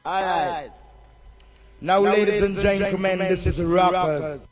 Alright. Now, ladies and gentlemen, this is Rockers.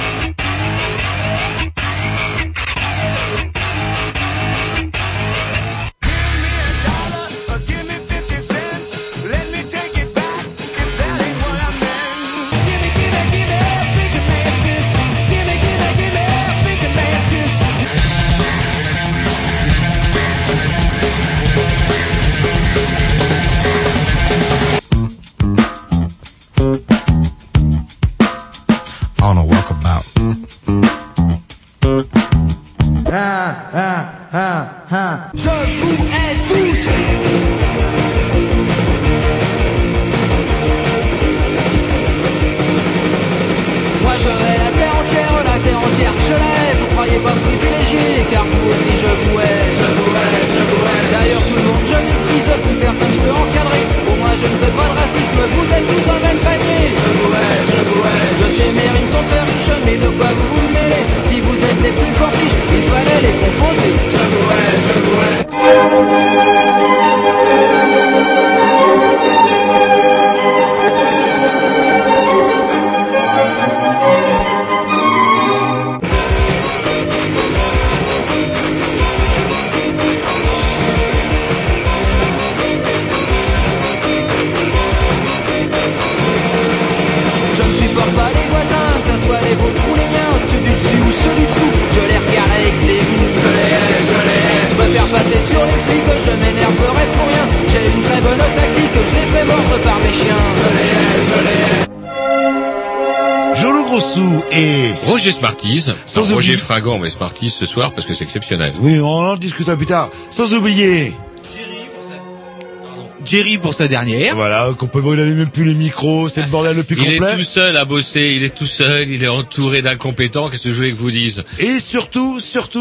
Je vous hais tous. Moi je hais la terre entière, je la hais. Vous croyez pas privilégié, car vous aussi je vous hais. Je vous hais, je vous hais. D'ailleurs tout le monde je méprise, plus personne je peux encadrer. Au moins je ne fais pas de racisme, vous êtes tous dans le même panier. Je vous hais, je vous hais. Je sais mes rimes sont très riches, mais de quoi vous vous mêlez? Si vous êtes les plus forts riches, il fallait les composer. Je vous hais, je vous hais. Je ne supporte pas les voisins, que ce soit les vôtres ou les miens, ceux du dessus ou ceux du dessous, je les regarde avec dégoût. Je les hais, je les hais. Je préfère passer sur les flics, je m'énerverai pour rien. J'ai une très bonne tactique, je les fais mordre par mes chiens. Je les hais, je les hais. Jean-Loup Grossou et Roger Smarties. Sans Roger oublier- Fringant, mais Smarties ce soir parce que c'est exceptionnel. Oui, on en discutera plus tard. Sans oublier, Jerry pour sa dernière. voilà, complètement, il n'avait même plus les micros, c'est le bordel le plus Il complet. est tout seul à bosser, il est tout seul, il est entouré d'incompétents, qu'est-ce que je voulais que vous dise? Et surtout,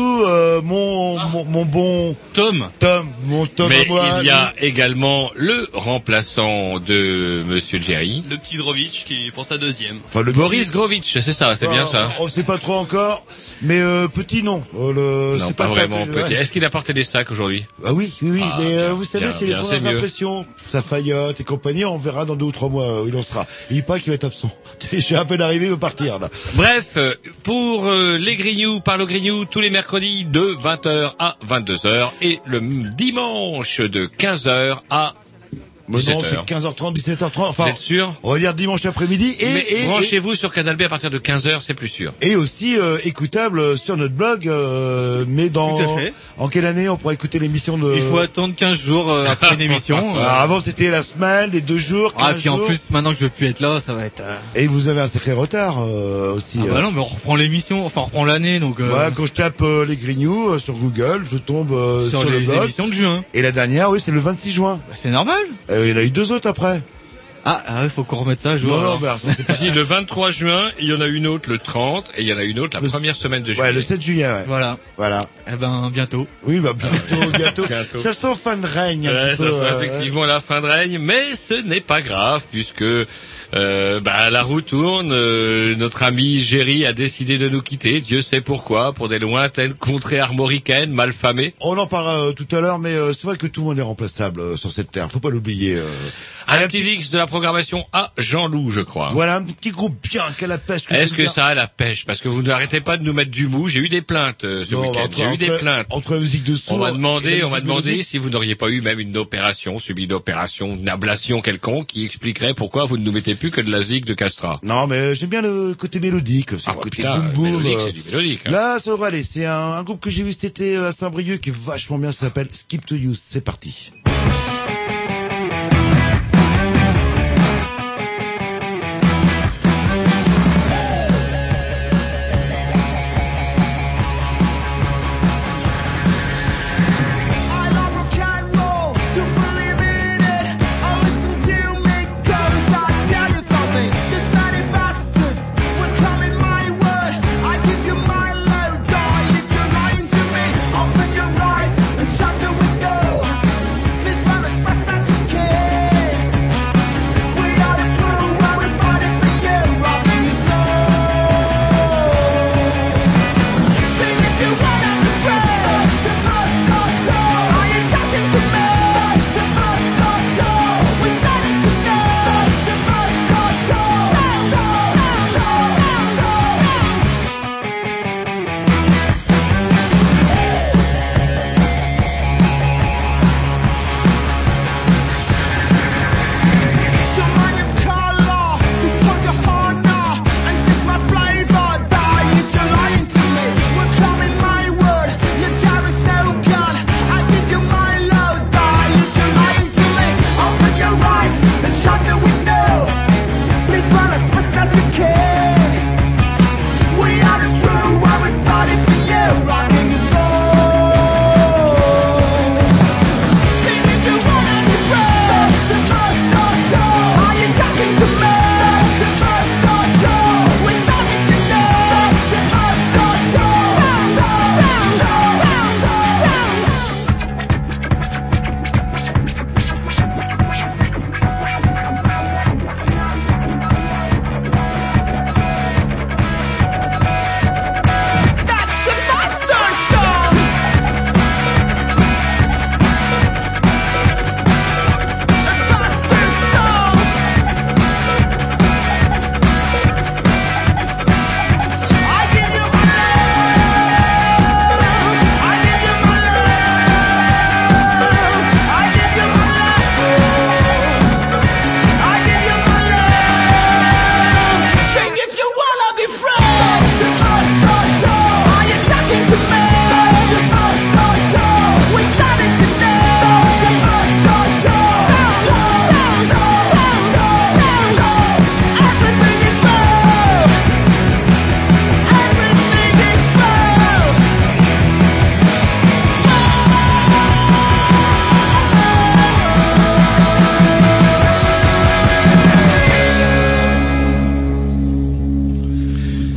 mon bon Tom. mon Tom Mais à moi, il y a également le remplaçant de Monsieur Jerry. Le petit Drovitch qui pour sa deuxième. enfin, le Boris petit- Grovitch, c'est ça, c'est bien ça. On sait pas trop encore, mais petit non. Non, c'est pas ça vraiment que je- petit. ouais. Est-ce qu'il a porté des sacs aujourd'hui? Ah oui, mais bien, vous savez, bien, c'est les bien, c'est premières mieux. impressions. Ça faillote et compagnie, on verra dans 2 ou 3 mois où il en sera. Il paraît qu'il va être absent. Je suis à peine arrivé, il va partir là. Bref, pour les Grignoux, parle aux Grignoux, tous les mercredis de 20h à 22h et le dimanche de 15h à Mais non, 17h. c'est 15h30, 17h30. Vous Enfin, êtes sûr? on va dire dimanche après-midi Mais et branchez-vous sur Canal B à partir de 15h, c'est plus sûr. et aussi écoutable sur notre blog. Mais dans Tout à fait. en quelle année on pourra écouter l'émission de Il faut attendre 15 jours après une émission. Alors, avant c'était la semaine, les 2 jours, 15 Puis en jours. plus maintenant que je vais plus être là, ça va être. Et vous avez un sacré retard aussi. Bah non, mais on reprend l'émission, enfin on reprend l'année donc. Voilà, quand je tape les Grignoux sur Google, je tombe sur sur le les blog. émissions de juin. Et la dernière, oui, c'est le 26 juin. Bah, c'est normal. Il y en a eu 2 autres après. Ah, faut qu'on remette ça à jour. Non, alors. mais attends, c'est pas- Si, le 23 juin, il y en a une autre le 30 et il y en a une autre la Le- première semaine de juillet. Ouais, le 7 juillet, ouais. Voilà. Voilà. Eh ben bientôt. Oui, bah bientôt. Bientôt. Ça sent fin de règne un Ouais, petit ça peu. sera effectivement la fin de règne, mais ce n'est pas grave puisque la roue tourne. Notre ami Jerry a décidé de nous quitter. Dieu sait pourquoi, pour des lointaines contrées armoricaines, malfamées. On en parlera tout à l'heure, mais c'est vrai que tout le monde est remplaçable sur cette terre. Faut pas l'oublier. Un petit VIX de la programmation à Jean-Loup, je crois. Voilà un petit groupe bien qu'à la pêche. Est-ce j'aime que bien. ça a la pêche? Parce que vous n'arrêtez pas de nous mettre du mou. J'ai eu des plaintes ce Non, week-end. entre- J'ai eu des entre- plaintes. Entre la musique de sourd. On m'a et la demandé musique mélodique. si vous n'auriez pas eu même une opération, subi une opération, une ablation quelconque qui expliquerait pourquoi vous ne nous mettez plus que de la zig de Castra. Non, mais j'aime bien le côté mélodique. C'est Ah, le côté putain, boom boom. mélodique, c'est du mélodique. Hein. Là, ça devrait aller. C'est un groupe que j'ai vu cet été à Saint-Brieuc qui est vachement bien. Ça s'appelle Skip to You. C'est parti. I love rock and roll, do believe in it. I listen to you make covers, I tell you something. This many bastards will come in my word. I give you my load, die if you're lying to me. Open your eyes and shut the window.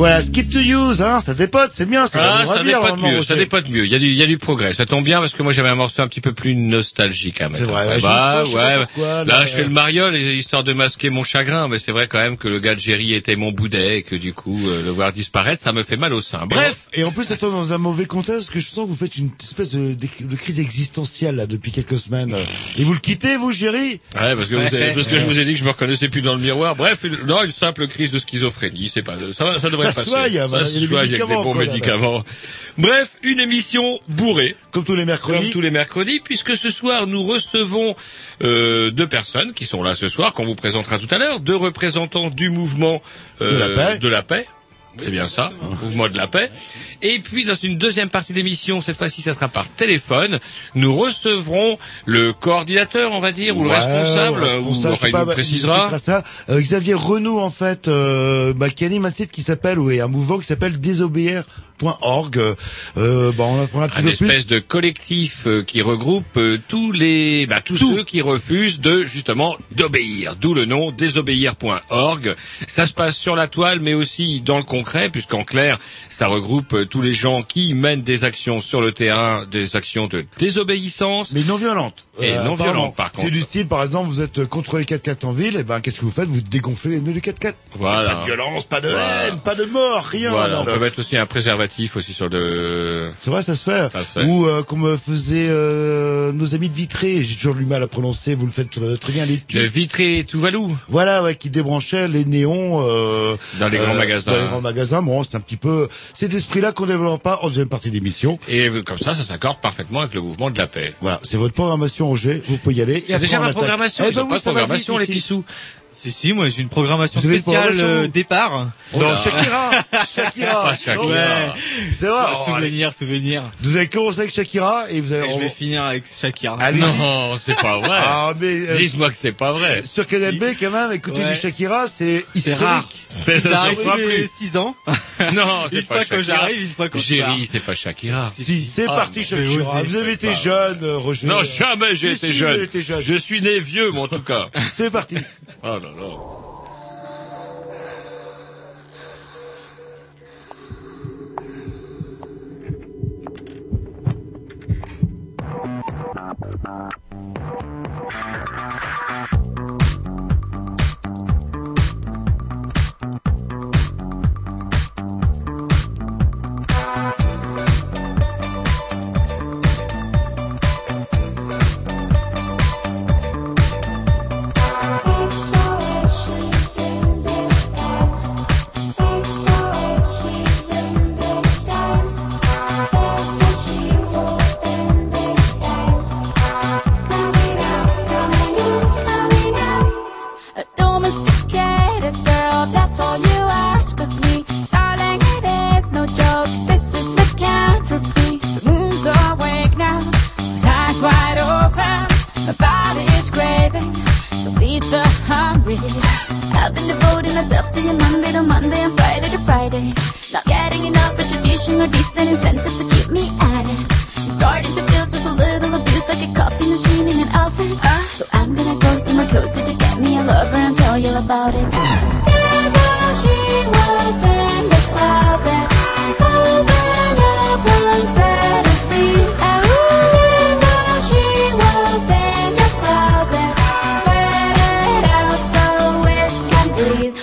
Voilà, skip to use, hein, ça dépote, c'est bien, ça va nous ça ravir, dépote vraiment, mieux, ça Roger. dépote mieux. Il y a du progrès. Ça tombe bien parce que moi j'avais un morceau un petit peu plus nostalgique à mettre. C'est vrai, Enfin, ouais, je sais pas pourquoi, là, je fais le mariole, histoire de masquer mon chagrin, mais c'est vrai quand même que le gars de Jerry était mon boudet et que du coup, le voir disparaître, ça me fait mal au sein. Bref. Et en plus, ça tombe dans un mauvais contexte, parce que je sens que vous faites une espèce de crise existentielle, là, depuis quelques semaines. Et vous le quittez, vous, Jerry? Ouais, parce que je vous ai dit que je me reconnaissais plus dans le miroir. Bref, une simple crise de schizophrénie, c'est pas, ça devrait passer. Soigne, Ça se soigne avec des bons médicaments. Bref, une émission bourrée. Comme tous les mercredis, puisque ce soir, nous recevons, 2 personnes qui sont là ce soir, qu'on vous présentera tout à l'heure, 2 représentants du mouvement, de la paix. C'est bien ça, mouvement de la paix. Et puis, dans une deuxième partie d'émission, cette fois-ci, ça sera par téléphone, nous recevrons le coordinateur, on va dire, ou le responsable, enfin, il nous précisera. Xavier Renaud, en fait, qui anime un site qui s'appelle, un mouvement qui s'appelle désobéir.org. On apprend un petit peu plus. Une espèce de collectif qui regroupe tous ceux qui refusent justement d'obéir. D'où le nom désobéir.org. Ça se passe sur la toile, mais aussi dans le concret, puisqu'en clair, ça regroupe tous les gens qui mènent des actions sur le terrain, des actions de désobéissance. Mais non violentes. Et non violentes, par contre. C'est du style, par exemple, vous êtes contre les 4x4 en ville, qu'est-ce que vous faites? Vous dégonflez les pneus du 4x4. Voilà. Pas de violence, pas de haine, pas de mort, rien. Voilà, on peut mettre aussi un préservatif aussi sur le... C'est vrai, ça se fait. Ou comme faisaient nos amis de Vitré, j'ai toujours du mal à prononcer, vous le faites très bien, de Vitré Tuvalu. Voilà, qui débranchaient les néons dans les grands magasins. Dans les grands magasins, bon, c'est un petit peu cet esprit-là qu'on développe pas en deuxième partie d'émission. Et comme ça s'accorde parfaitement avec le mouvement de la paix. Voilà, c'est votre programmation, Roger, vous pouvez y aller. C'est déjà ma programmation, ils ont pas de programmation, les pissous. Si, moi j'ai une programmation spéciale départ. Non, Shakira. Pas Shakira. Ouais. C'est vrai. Souvenir. Vous avez commencé avec Shakira et vous avez... je vais finir avec Shakira. Allez. Non, c'est pas vrai. Mais dites-moi que c'est pas vrai. Sur Canal B, quand même, écouter du Shakira, c'est historique. Rare. Ça arrive tous les 6 ans. Non, c'est pas Shakira. Une fois que j'arrive, une fois que je pars. Jerry, c'est pas Shakira. Si, c'est parti Shakira. Vous avez été jeune, Roger. Non, jamais j'ai été jeune. Je suis né vieux, moi, en tout cas. C'est parti. Oh là là. I've been devoting myself to you Monday to Monday and Friday to Friday. Not getting enough retribution or decent incentives to keep me at it. I'm starting to feel just a little abuse, like a coffee machine in an office. So I'm gonna go somewhere closer to get me a lover and tell you about it. There's a she-wolf in the closet. Open up and set us free. There's a she-wolf in the closet. Let it out so it can breathe.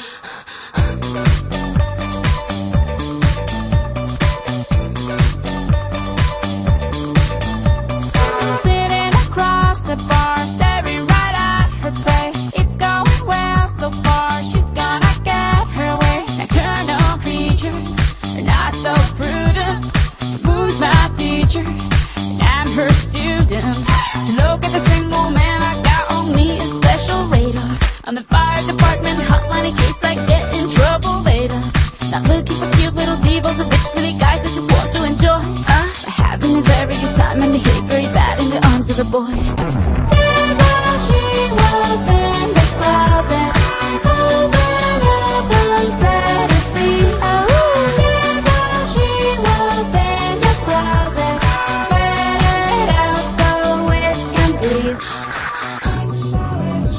Sitting across the bar, staring right at her prey. It's going well so far, she's gonna get her way. Nocturnal creatures are not so prudent. The moon's my teacher, and I'm her student. To look at the single man, I got on me a special radar. On the fire department hotline in case I get in trouble later. Not looking for cute little divas or rich city guys that just want to enjoy. But having a very good time and behave very bad in the arms of a boy. There's a she-wolf in the closet. Open up and set us free. There's a she-wolf in the closet. Let it out so it can breathe.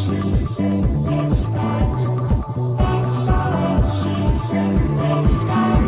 She's in the sky.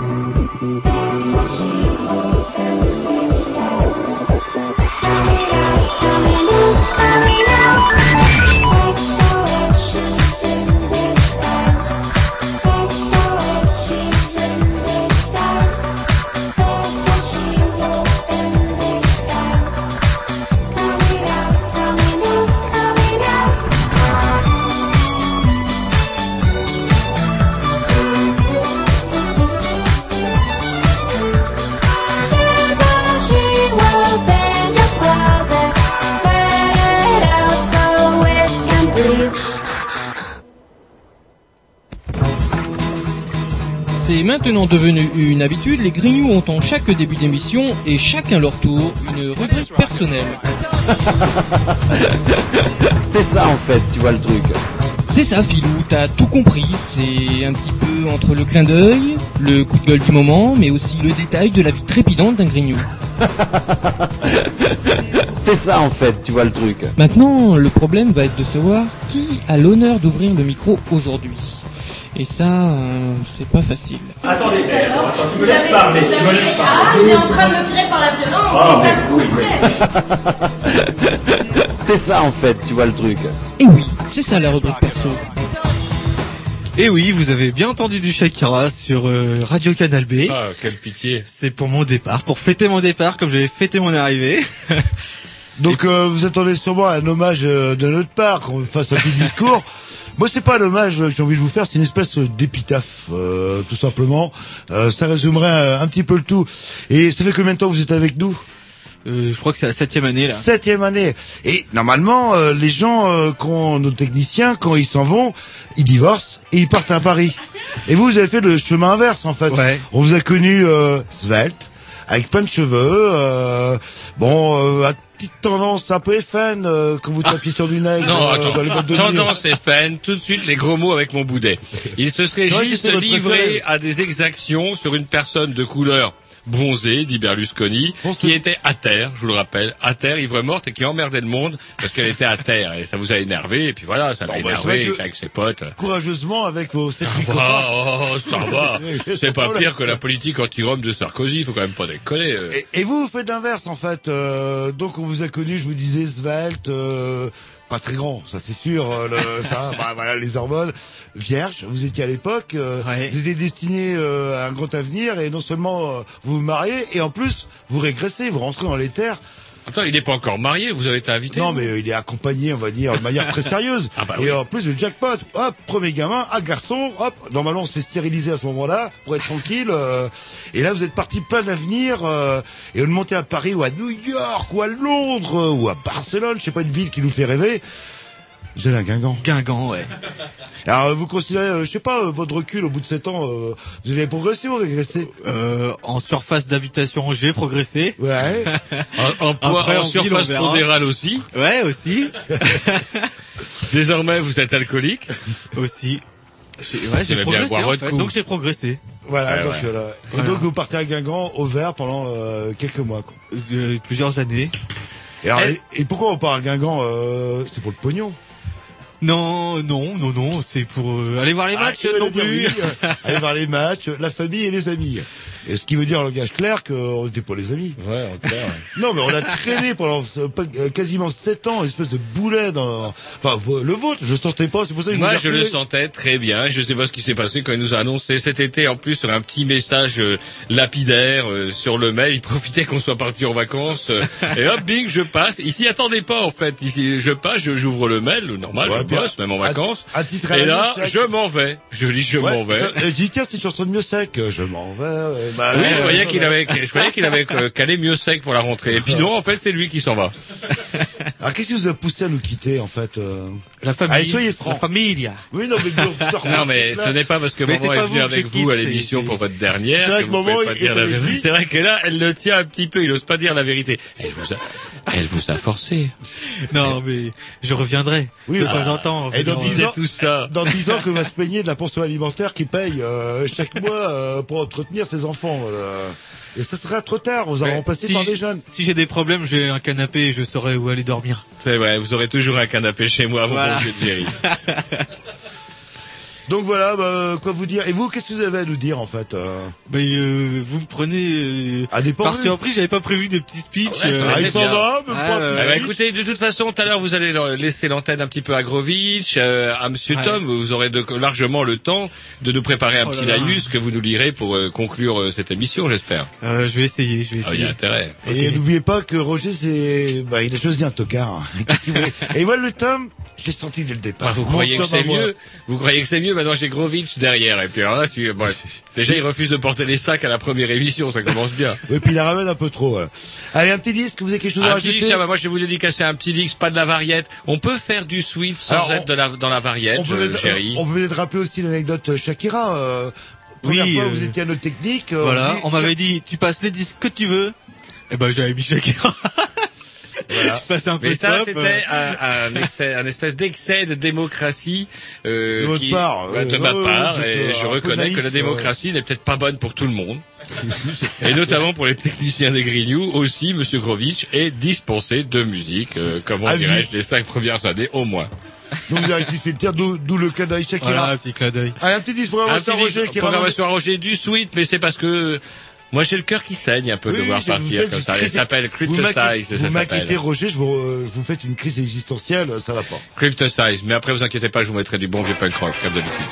C'est maintenant devenu une habitude, les Grignoux ont en chaque début d'émission et chacun leur tour une rubrique personnelle. C'est ça en fait, tu vois le truc. C'est ça Philou, t'as tout compris, c'est un petit peu entre le clin d'œil, le coup de gueule du moment, mais aussi le détail de la vie trépidante d'un Grignou. C'est ça en fait, tu vois le truc. Maintenant, le problème va être de savoir qui a l'honneur d'ouvrir le micro aujourd'hui. Et ça, c'est pas facile. Attendez, tu me laisses parler. Ah, il est en train de me tirer par la violence, c'est ça que vous faites. C'est ça en fait, tu vois le truc. Et oui, c'est ça la rubrique perso. Et oui, vous avez bien entendu du Shakira sur Radio Canal B. Ah, quelle pitié. C'est pour mon départ, pour fêter mon départ comme j'avais fêté mon arrivée. Donc vous attendez sûrement un hommage de notre part, qu'on fasse un petit discours. Moi, c'est pas un hommage que j'ai envie de vous faire, c'est une espèce d'épitaphe, tout simplement. Ça résumerait un petit peu le tout. Et ça fait combien de temps que vous êtes avec nous ? Je crois que c'est la 7e année là. 7e année. Et normalement, les gens, nos techniciens, quand ils s'en vont, ils divorcent et ils partent à Paris. Et vous avez fait le chemin inverse en fait. Ouais. On vous a connu svelte, avec plein de cheveux, à petite tendance un peu FN, quand vous tapiez sur du nègre. Non, attends. Dans les boîtes de nuit. Tendance FN, tout de suite les gros mots avec mon boudet. Il se serait vrai, juste c'était votre livré préféré. à des exactions sur une personne de couleur bronzée, dit Berlusconi, qui était à terre, je vous le rappelle, à terre, ivre morte, et qui emmerdait le monde parce qu'elle était à terre. Et ça vous a énervé, et puis voilà, ça l'a énervé avec ses potes. Courageusement avec vos 7 Ça va. C'est pas pire que la politique anti-Rome de Sarkozy, faut quand même pas déconner. Et vous faites l'inverse en fait. Donc on vous a connu, je vous disais, svelte, pas très grand, ça c'est sûr. Voilà, les hormones. Vierge, vous étiez à l'époque. Vous étiez destiné à un grand avenir et non seulement vous vous mariez et en plus vous régressez, vous rentrez dans les terres. Attends, il n'est pas encore marié, vous avez été invité? Non, mais il est accompagné, on va dire, de manière très sérieuse. Oui. Et en plus, le jackpot, hop, premier gamin, un garçon, hop, normalement on se fait stériliser à ce moment-là, pour être tranquille. Et là, vous êtes parti plein d'avenir, et on est monté à Paris, ou à New York, ou à Londres, ou à Barcelone, je sais pas, une ville qui nous fait rêver. Vous êtes un Guingamp. Guingamp, ouais. Alors, vous considérez, je sais pas, votre recul au bout de 7 ans, vous avez progressé ou régressé? En surface d'habitation, j'ai progressé. Ouais. En poids, Après, en surface pondérale aussi. Ouais, aussi. Désormais, vous êtes alcoolique. Aussi. J'ai progressé, en fait. Donc j'ai progressé. Voilà, Ouais, et donc vous partez à Guingamp au vert pendant quelques mois, quoi. Plusieurs années. Et, alors, et pourquoi on part à Guingamp? C'est pour le pognon. Non, c'est pour aller voir les matchs non plus. Aller voir les matchs, la famille et les amis. Et ce qui veut dire en langage clair qu'on était pas les amis. Ouais, en clair. Non, mais on a traîné pendant quasiment 7 ans, une espèce de boulet enfin, le vôtre, je sentais pas, c'est pour ça que Moi, je le sentais très bien. Je sais pas ce qui s'est passé quand il nous a annoncé cet été, en plus, sur un petit message lapidaire sur le mail. Il profitait qu'on soit parti en vacances. Et hop, bing, je passe. Il s'y attendait pas, en fait. Ici, je passe, j'ouvre le mail, normal, je bosse, même en vacances. Et là, je m'en vais. Je dis, je m'en vais. Je dis, tiens, c'est une chanson de Miossec, je m'en vais. Bah, oui, je croyais qu'il avait calé Miossec pour la rentrée. Et puis non, en fait, c'est lui qui s'en va. Alors, qu'est-ce qui vous a poussé à nous quitter, en fait? La famille. Allez, soyez francs. La famille. Oui, non, mais non, mais ce n'est pas parce que maman est venue avec vous à l'émission pour votre dernière. C'est vrai que maman pas dire la vérité. C'est vrai que là, elle le tient un petit peu, il n'ose pas dire la vérité. Elle vous a forcé. Non, mais je reviendrai. Oui, de temps en temps. Et dans 10 ans, tout ça. Dans 10 ans, que va se plaigner de la pension alimentaire qui paye chaque mois pour entretenir ses enfants. Et ça sera trop tard, vous allez remplacer par des jeunes. Si j'ai des problèmes, j'ai un canapé et je saurai où aller dormir. C'est vrai, vous aurez toujours un canapé chez moi, voilà. Mon bon Jerry. Donc voilà, quoi vous dire. Et vous, qu'est-ce que vous avez à nous dire, en fait vous me prenez par surprise, j'avais pas prévu des petits speeches. Il s'en va, écoutez, de toute façon, tout à l'heure, vous allez laisser l'antenne un petit peu à Grovitch, à Monsieur Tom. Vous aurez largement le temps de nous préparer un petit laïus que vous nous lirez pour conclure cette émission, j'espère. Je vais essayer. Il y a intérêt. Et n'oubliez pas que Roger, il a choisi un tocard. Et moi, le Tom, je l'ai senti dès le départ. Vous croyez que c'est mieux? Vous croyez que c'est mieux? Maintenant, j'ai Grovitch derrière. Et puis alors là, déjà, il refuse de porter les sacs à la première émission. Ça commence bien. Et puis il la ramène un peu trop. Voilà. Allez, un petit disque. Vous avez quelque chose à rajouter? Moi, je vais vous dédicacer un petit disque, pas de la variette. On peut faire du sweet sans être dans la variette, Jerry. On peut peut-être rappeler aussi l'anecdote Shakira. première fois, vous étiez à nos techniques. Voilà, on m'avait dit, tu passes les disques que tu veux. Et ben, j'avais mis Shakira. Voilà. Je passais un peu mais ça, stop. c'était un espèce d'excès de démocratie de ma part, et je reconnais que la démocratie n'est peut-être pas bonne pour tout le monde. Et notamment pour les techniciens des Grignoux aussi, Monsieur Grovitch est dispensé de musique, comment dirais-je, les 5 premières années au moins. Donc vous avez rectifié le tir, d'où le clin d'œil Shakira. Voilà, un petit clin d'œil. Allez, un petit disque programmation Roger qui programmation Roger du sweet, mais c'est parce que moi j'ai le cœur qui saigne un peu de voir partir comme ça. Il s'appelle Cryptosize. Vous m'inquiétez Roger, vous faites une crise existentielle, ça va pas. Cryptosize, mais après vous inquiétez pas, je vous mettrai du bon vieux punk rock comme d'habitude.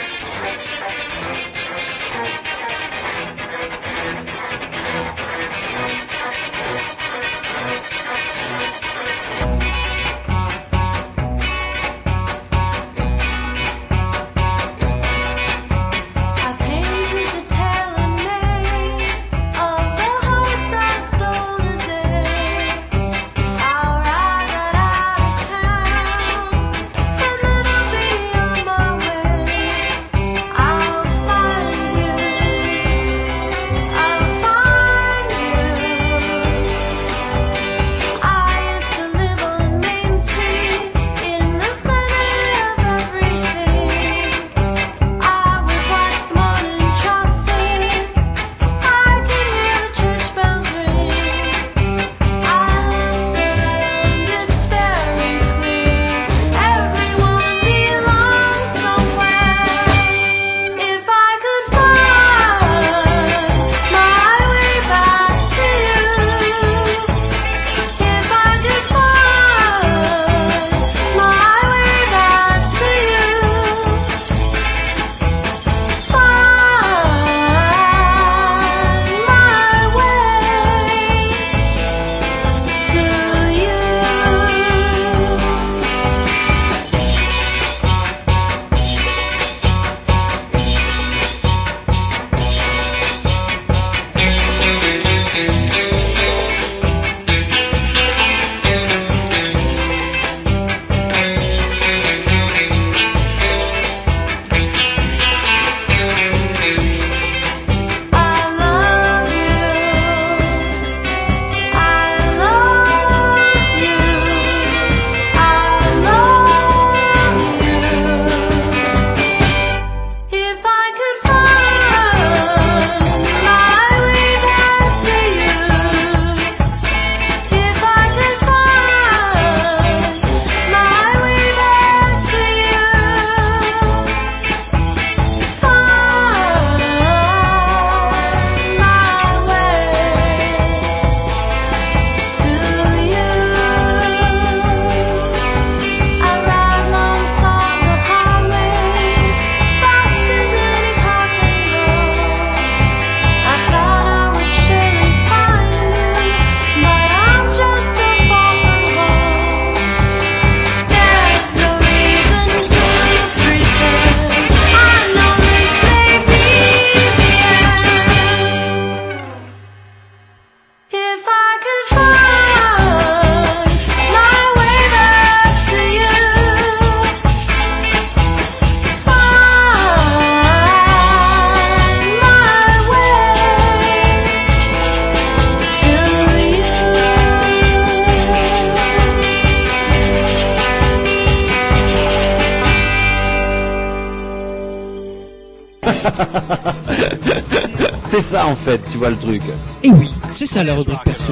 C'est ça en fait, tu vois le truc. Et oui, c'est ça la rubrique perso.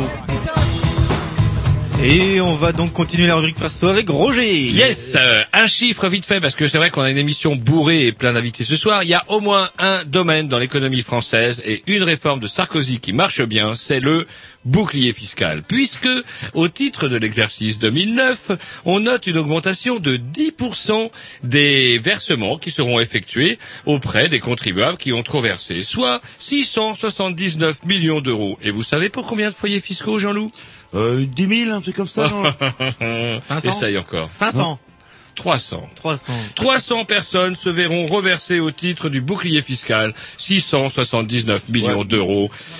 Et on va donc continuer la rubrique perso avec Roger. Yes, un chiffre vite fait, parce que c'est vrai qu'on a une émission bourrée et plein d'invités ce soir. Il y a au moins un domaine dans l'économie française et une réforme de Sarkozy qui marche bien, c'est le bouclier fiscal. Puisque, au titre de l'exercice 2009, on note une augmentation de 10% des versements qui seront effectués auprès des contribuables qui ont trop versé, soit 679 millions d'euros. Et vous savez pour combien de foyers fiscaux, Jean-Loup? 10 000, un truc comme ça, non? 500. Essaye encore. 500. 300 personnes se verront reverser au titre du bouclier fiscal 679 millions d'euros.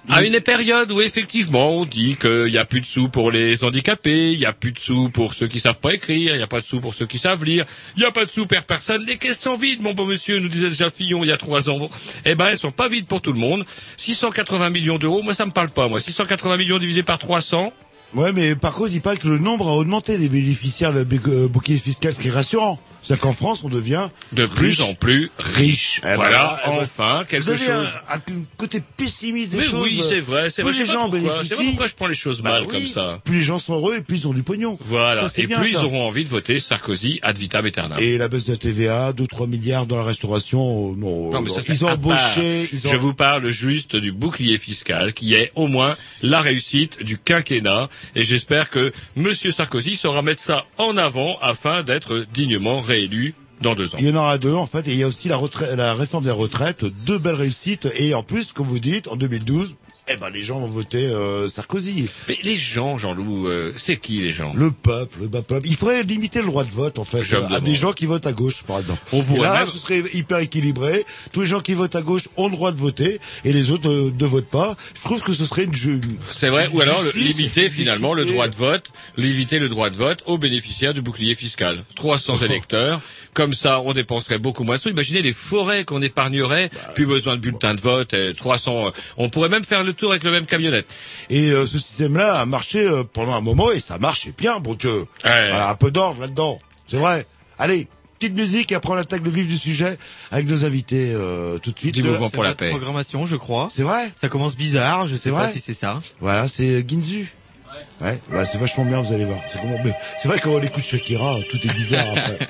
À une période où effectivement on dit qu'il y a plus de sous pour les handicapés, il y a plus de sous pour ceux qui savent pas écrire, il y a pas de sous pour ceux qui savent lire, il y a pas de sous pour personne, les caisses sont vides, mon bon monsieur, nous disait déjà Fillon il y a 3 ans. Eh ben, elles sont pas vides pour tout le monde. 680 millions d'euros, moi ça me parle pas, moi. 680 millions divisé par 300. Ouais, mais par contre, il paraît que le nombre a augmenté des bénéficiaires de bouclier fiscal, ce qui est rassurant. C'est-à-dire qu'en France, on devient de plus en plus riche. Voilà, enfin, quelque chose. Un côté pessimiste des mais choses. Oui, c'est vrai, c'est vrai. Plus les gens bénéficient. C'est pas pourquoi je prends les choses mal comme ça. Plus les gens sont heureux et plus ils ont du pognon. Voilà. Ça, et bien, plus ça. ils auront envie de voter Sarkozy ad vitam aeternam. Et la baisse de la TVA, 2-3 milliards dans la restauration, non mais ça, ils ont embauché. Je vous parle juste du bouclier fiscal qui est au moins la réussite du quinquennat et j'espère que Monsieur Sarkozy saura mettre ça en avant afin d'être dignement réélu dans 2 ans. Il y en aura 2 en fait, et il y a aussi la réforme des retraites, 2 belles réussites, et en plus, comme vous dites, en 2012, eh ben les gens vont voter Sarkozy. Mais les gens, Jean-Loup, c'est qui les gens? Le peuple. Il faudrait limiter le droit de vote en fait à des gens qui votent à gauche, par exemple. On pourrait là, même... ce serait hyper équilibré. Tous les gens qui votent à gauche ont le droit de voter et les autres ne votent pas. Je trouve que ce serait c'est vrai. Ou alors limiter finalement l'équité. le droit de vote, limiter le droit de vote aux bénéficiaires du bouclier fiscal. 300 électeurs. Comme ça, on dépenserait beaucoup moins de sous. Imaginez les forêts qu'on épargnerait. Plus besoin de bulletins de vote. 300. On pourrait même faire le tour avec le même camionnette. Et ce système-là a marché pendant un moment et ça marchait bien, bon Dieu. Voilà, un peu d'ordre là-dedans, c'est vrai. Allez, petite musique et après on attaque le vif du sujet avec nos invités tout de suite. Du mouvement pour la paix. Programmation, je crois. C'est vrai. Ça commence bizarre, je sais pas si c'est ça. Voilà, c'est Ginzu. Ouais, bah c'est vachement bien, vous allez voir. C'est vrai quand on écoute Shakira, tout est bizarre après.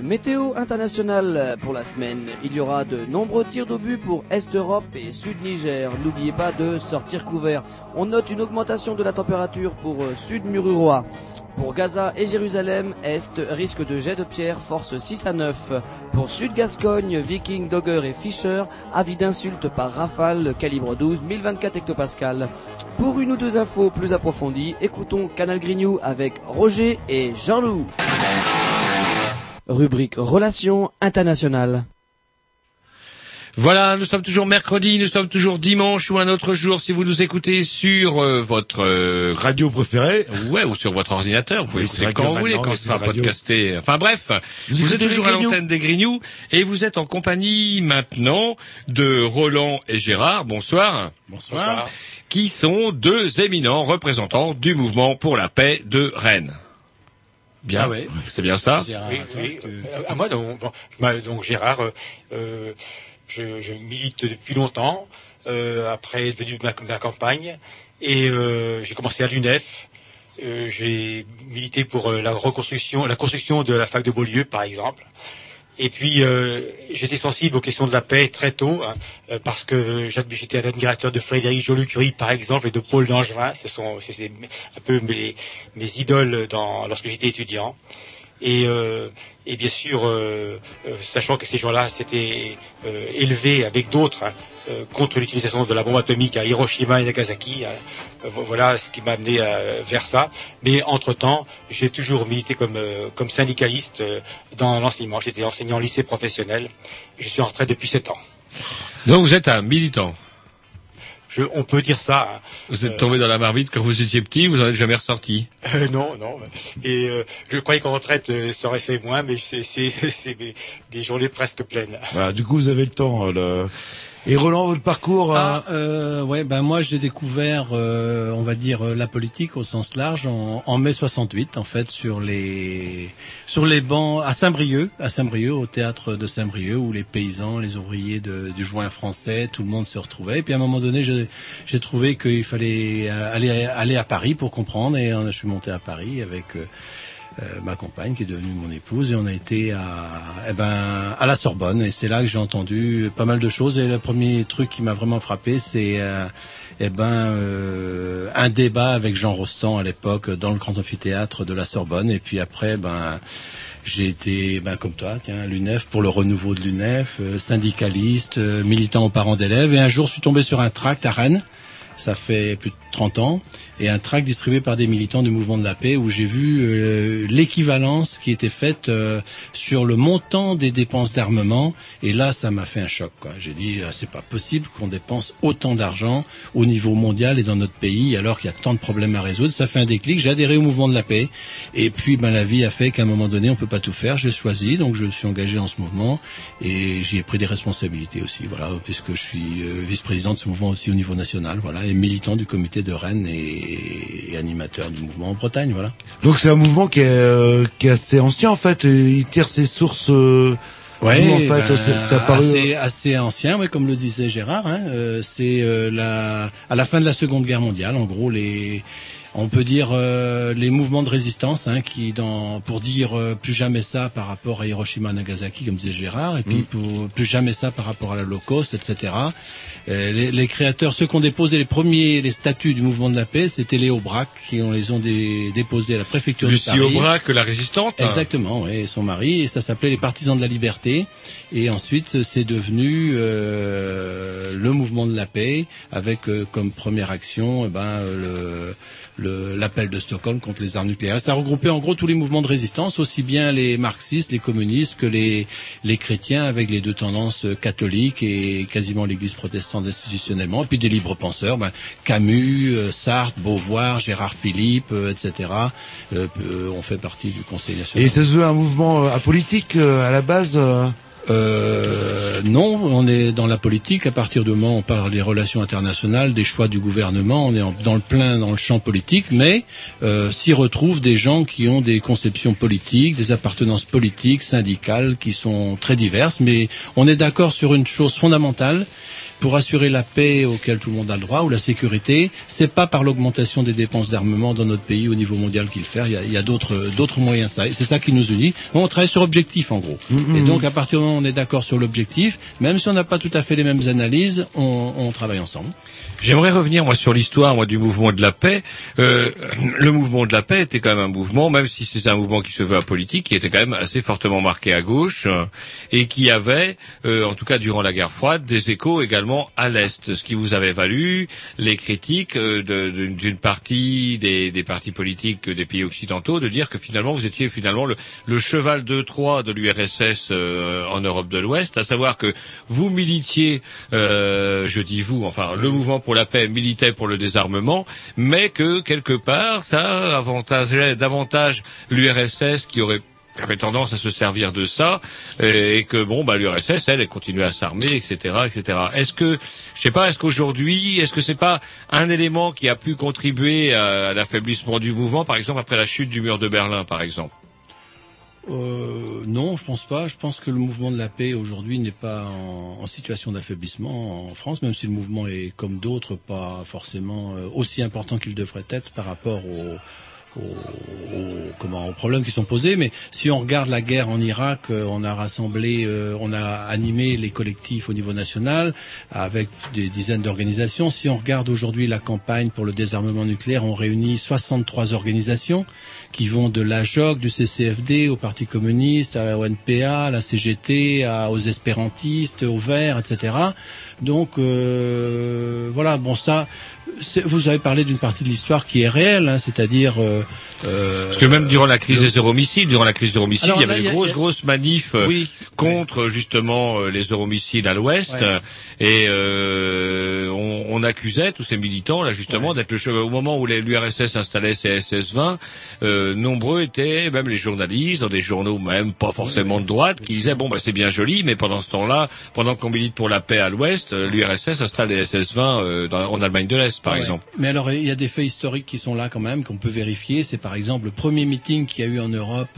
Météo internationale pour la semaine. Il y aura de nombreux tirs d'obus pour Est-Europe et Sud-Niger. N'oubliez pas de sortir couvert. On note une augmentation de la température pour Sud-Mururoa. Pour Gaza et Jérusalem, Est, risque de jet de pierre, force 6 à 9. Pour Sud-Gascogne, Viking, Dogger et Fischer, avis d'insultes par rafale, calibre 12, 1024 hectopascal. Pour une ou deux infos plus approfondies, écoutons Canal Grignou avec Roger et Jean-Loup. Rubrique Relations internationales. Voilà, nous sommes toujours mercredi, nous sommes toujours dimanche ou un autre jour si vous nous écoutez sur votre radio préférée. Ouais, ou sur votre ordinateur. Vous pouvez écouter quand vous voulez, quand ce sera podcasté. Enfin bref, vous êtes toujours à l'antenne des Grignoux et vous êtes en compagnie maintenant de Roland et Gérard. Bonsoir. Bonsoir. Qui sont deux éminents représentants du mouvement pour la paix de Rennes. Bien, ah ouais. C'est bien ça. Gérard, oui. À moi, donc Gérard. Je milite depuis longtemps, après être venu de ma campagne, et j'ai commencé à l'UNEF. J'ai milité pour la construction de la fac de Beaulieu, par exemple. Et puis j'étais sensible aux questions de la paix très tôt, parce que j'étais un admirateur de Frédéric Joliot-Curie, par exemple, et de Paul Langevin. C'est un peu mes idoles lorsque j'étais étudiant. Et bien sûr, sachant que ces gens-là s'étaient élevés avec d'autres contre l'utilisation de la bombe atomique à Hiroshima et Nagasaki, voilà ce qui m'a amené vers ça. Mais entre-temps, j'ai toujours milité comme syndicaliste dans l'enseignement. J'étais enseignant en lycée professionnel. Je suis en retraite depuis 7 ans. Donc vous êtes un militant. On peut dire ça. Vous êtes tombé dans la marmite quand vous étiez petit, vous en êtes jamais ressorti. Non. Et je croyais qu'en retraite, ça aurait fait moins, mais c'est des journées presque pleines. Bah, du coup, vous avez le temps. Et Roland, votre parcours moi j'ai découvert, on va dire, la politique au sens large en mai 68, en fait, sur les bancs à Saint-Brieuc, au théâtre de Saint-Brieuc, où les paysans, les ouvriers du joint français, tout le monde se retrouvait. Et puis à un moment donné, j'ai trouvé qu'il fallait aller à Paris pour comprendre, et je suis monté à Paris avec ma compagne qui est devenue mon épouse, et on a été à la Sorbonne, et c'est là que j'ai entendu pas mal de choses. Et le premier truc qui m'a vraiment frappé, c'est un débat avec Jean Rostand à l'époque dans le grand amphithéâtre de la Sorbonne. Et puis après j'ai été comme toi, à l'UNEF, pour le renouveau de l'UNEF, syndicaliste, militant aux parents d'élèves, et un jour je suis tombé sur un tract à Rennes. Ça fait plus de 30 ans, et un tract distribué par des militants du mouvement de la paix, où j'ai vu l'équivalence qui était faite sur le montant des dépenses d'armement, et là ça m'a fait un choc, quoi. J'ai dit c'est pas possible qu'on dépense autant d'argent au niveau mondial et dans notre pays alors qu'il y a tant de problèmes à résoudre. Ça fait un déclic, j'ai adhéré au mouvement de la paix, et puis la vie a fait qu'à un moment donné on peut pas tout faire. J'ai choisi, donc je suis engagé dans ce mouvement, et j'y ai pris des responsabilités aussi, voilà, puisque je suis vice-président de ce mouvement aussi au niveau national, voilà, et militant du comité de Rennes et animateur du mouvement en Bretagne, voilà. Donc c'est un mouvement qui est assez ancien, en fait. Il tire ses sources. Ouais, en fait, ça paraît assez ancien, ouais, comme le disait Gérard. C'est à la fin de la Seconde Guerre mondiale, en gros, on peut dire les mouvements de résistance, pour dire plus jamais ça par rapport à Hiroshima, Nagasaki, comme disait Gérard, et puis pour plus jamais ça par rapport à l'Holocauste, etc. Les créateurs, ceux qui ont déposé les statuts du mouvement de la paix, c'était les Aubrac qui les ont déposés à la préfecture de Paris. Lucie Aubrac, la résistante. Exactement, oui, et son mari, et ça s'appelait les Partisans de la Liberté. Et ensuite, c'est devenu le mouvement de la paix, avec comme première action, l'appel de Stockholm contre les armes nucléaires. Ça regroupait en gros tous les mouvements de résistance, aussi bien les marxistes, les communistes que les chrétiens, avec les deux tendances catholiques et quasiment l'église protestante institutionnellement, et puis des libres penseurs, Camus, Sartre, Beauvoir, Gérard Philippe, etc. On fait partie du Conseil national. Et ça se veut un mouvement apolitique à la base Non, on est dans la politique. À partir du moment où on parle des relations internationales, des choix du gouvernement, on est dans le champ politique, mais s'y retrouvent des gens qui ont des conceptions politiques, des appartenances politiques, syndicales, qui sont très diverses. Mais on est d'accord sur une chose fondamentale. Pour assurer la paix auquel tout le monde a le droit, ou la sécurité, c'est pas par l'augmentation des dépenses d'armement dans notre pays au niveau mondial qu'il fait. Il y a d'autres moyens de ça. Et c'est ça qui nous unit. On travaille sur objectif, en gros. Et donc, à partir du moment où on est d'accord sur l'objectif, même si on n'a pas tout à fait les mêmes analyses, on travaille ensemble. J'aimerais revenir, moi, sur l'histoire, du mouvement de la paix. Le mouvement de la paix était quand même un mouvement, même si c'est un mouvement qui se veut apolitique, qui était quand même assez fortement marqué à gauche, et qui avait, en tout cas durant la guerre froide, des échos également à l'Est, ce qui vous avait valu les critiques d'une partie des partis politiques des pays occidentaux de dire que finalement vous étiez le cheval de Troie de l'URSS en Europe de l'Ouest, à savoir que vous militiez, je dis vous, enfin le mouvement pour la paix militait pour le désarmement, mais que quelque part ça avantageait davantage l'URSS qui avait tendance à se servir de ça, et que l'URSS, elle continuait à s'armer, etc., etc. Est-ce qu'aujourd'hui, est-ce que c'est pas un élément qui a pu contribuer à l'affaiblissement du mouvement, par exemple, après la chute du mur de Berlin, par exemple? Non, je pense pas. Je pense que le mouvement de la paix aujourd'hui n'est pas en situation d'affaiblissement en France, même si le mouvement est, comme d'autres, pas forcément aussi important qu'il devrait être par rapport aux problèmes qui sont posés. Mais si on regarde la guerre en Irak, on a animé les collectifs au niveau national avec des dizaines d'organisations. Si on regarde aujourd'hui la campagne pour le désarmement nucléaire, on réunit 63 organisations qui vont de la JOC, du CCFD, au Parti communiste, à la ONPA, à la CGT, aux espérantistes, aux Verts, etc. Donc voilà, ça... Vous avez parlé d'une partie de l'histoire qui est réelle, c'est-à-dire... Parce que même durant la crise des euromissiles, il y avait des grosses manifs contre justement les euromissiles à l'Ouest, et on accusait tous ces militants là justement d'être au moment où l'URSS installait ses SS-20, nombreux étaient même les journalistes dans des journaux même pas forcément de droite qui disaient c'est bien joli, mais pendant ce temps-là, pendant qu'on milite pour la paix à l'Ouest, l'URSS installe les SS-20 en Allemagne de l'Est. Par exemple. Mais alors, il y a des faits historiques qui sont là quand même, qu'on peut vérifier. C'est par exemple le premier meeting qu'il y a eu en Europe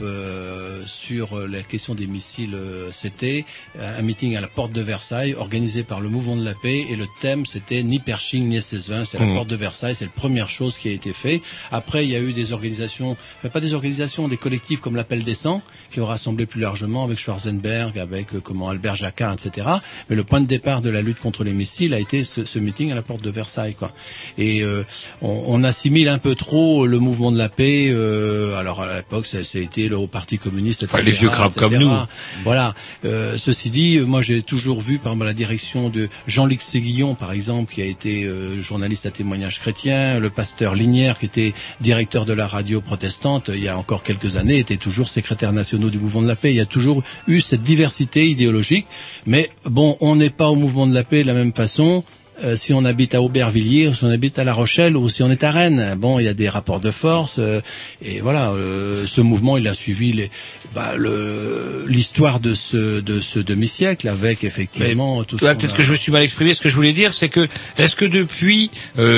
sur la question des missiles. C'était un meeting à la porte de Versailles, organisé par le mouvement de la paix, et le thème c'était ni Pershing ni SS-20. C'est la porte de Versailles, c'est la première chose qui a été faite. Après, il y a eu des organisations, des collectifs comme l'Appel des 100, qui ont rassemblé plus largement avec Schwarzenberg, avec Albert Jacquard, etc. Mais le point de départ de la lutte contre les missiles a été ce meeting à la porte de Versailles, quoi. Et on assimile un peu trop le mouvement de la paix. Alors à l'époque, ça a été le Parti communiste, etc. Les vieux crabes comme nous. Voilà. Ceci dit, moi j'ai toujours vu, par exemple, la direction de Jean-Luc Séguillon, par exemple, qui a été journaliste à Témoignages chrétiens, le pasteur Linière, qui était directeur de la radio protestante il y a encore quelques années, était toujours secrétaire national du mouvement de la paix. Il y a toujours eu cette diversité idéologique. Mais on n'est pas au mouvement de la paix de la même façon. Si on habite à Aubervilliers, ou si on habite à La Rochelle, ou si on est à Rennes, il y a des rapports de force. Et voilà, ce mouvement, il a suivi l'histoire de ce demi-siècle, avec effectivement tout. Peut-être que je me suis mal exprimé. Ce que je voulais dire, c'est que est-ce que depuis,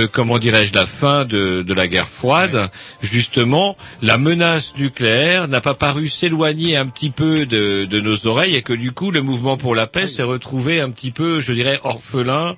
la fin de la guerre froide, justement, la menace nucléaire n'a pas paru s'éloigner un petit peu de nos oreilles, et que du coup, le mouvement pour la paix s'est retrouvé un petit peu, je dirais, orphelin.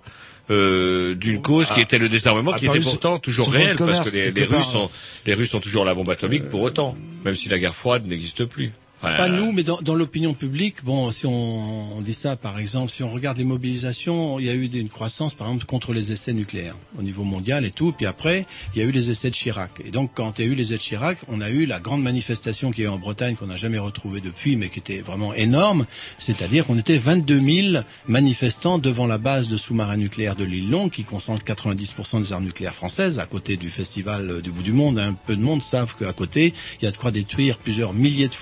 D'une cause qui était le désarmement, qui était pourtant toujours réel, parce que les Russes ont toujours la bombe atomique pour autant, même si la guerre froide n'existe plus. Pas nous, mais dans l'opinion publique, si on dit ça, par exemple, si on regarde les mobilisations, il y a eu une croissance, par exemple, contre les essais nucléaires, au niveau mondial et tout, puis après, il y a eu les essais de Chirac. Et donc, quand il y a eu les essais de Chirac, on a eu la grande manifestation qu'il y a eu en Bretagne, qu'on n'a jamais retrouvée depuis, mais qui était vraiment énorme, c'est-à-dire qu'on était 22 000 manifestants devant la base de sous-marins nucléaires de l'île Longue, qui concentre 90% des armes nucléaires françaises, à côté du festival du bout du monde. Un peu de monde savent qu'à côté, il y a de quoi détruire plusieurs milliers de fois l'humanité.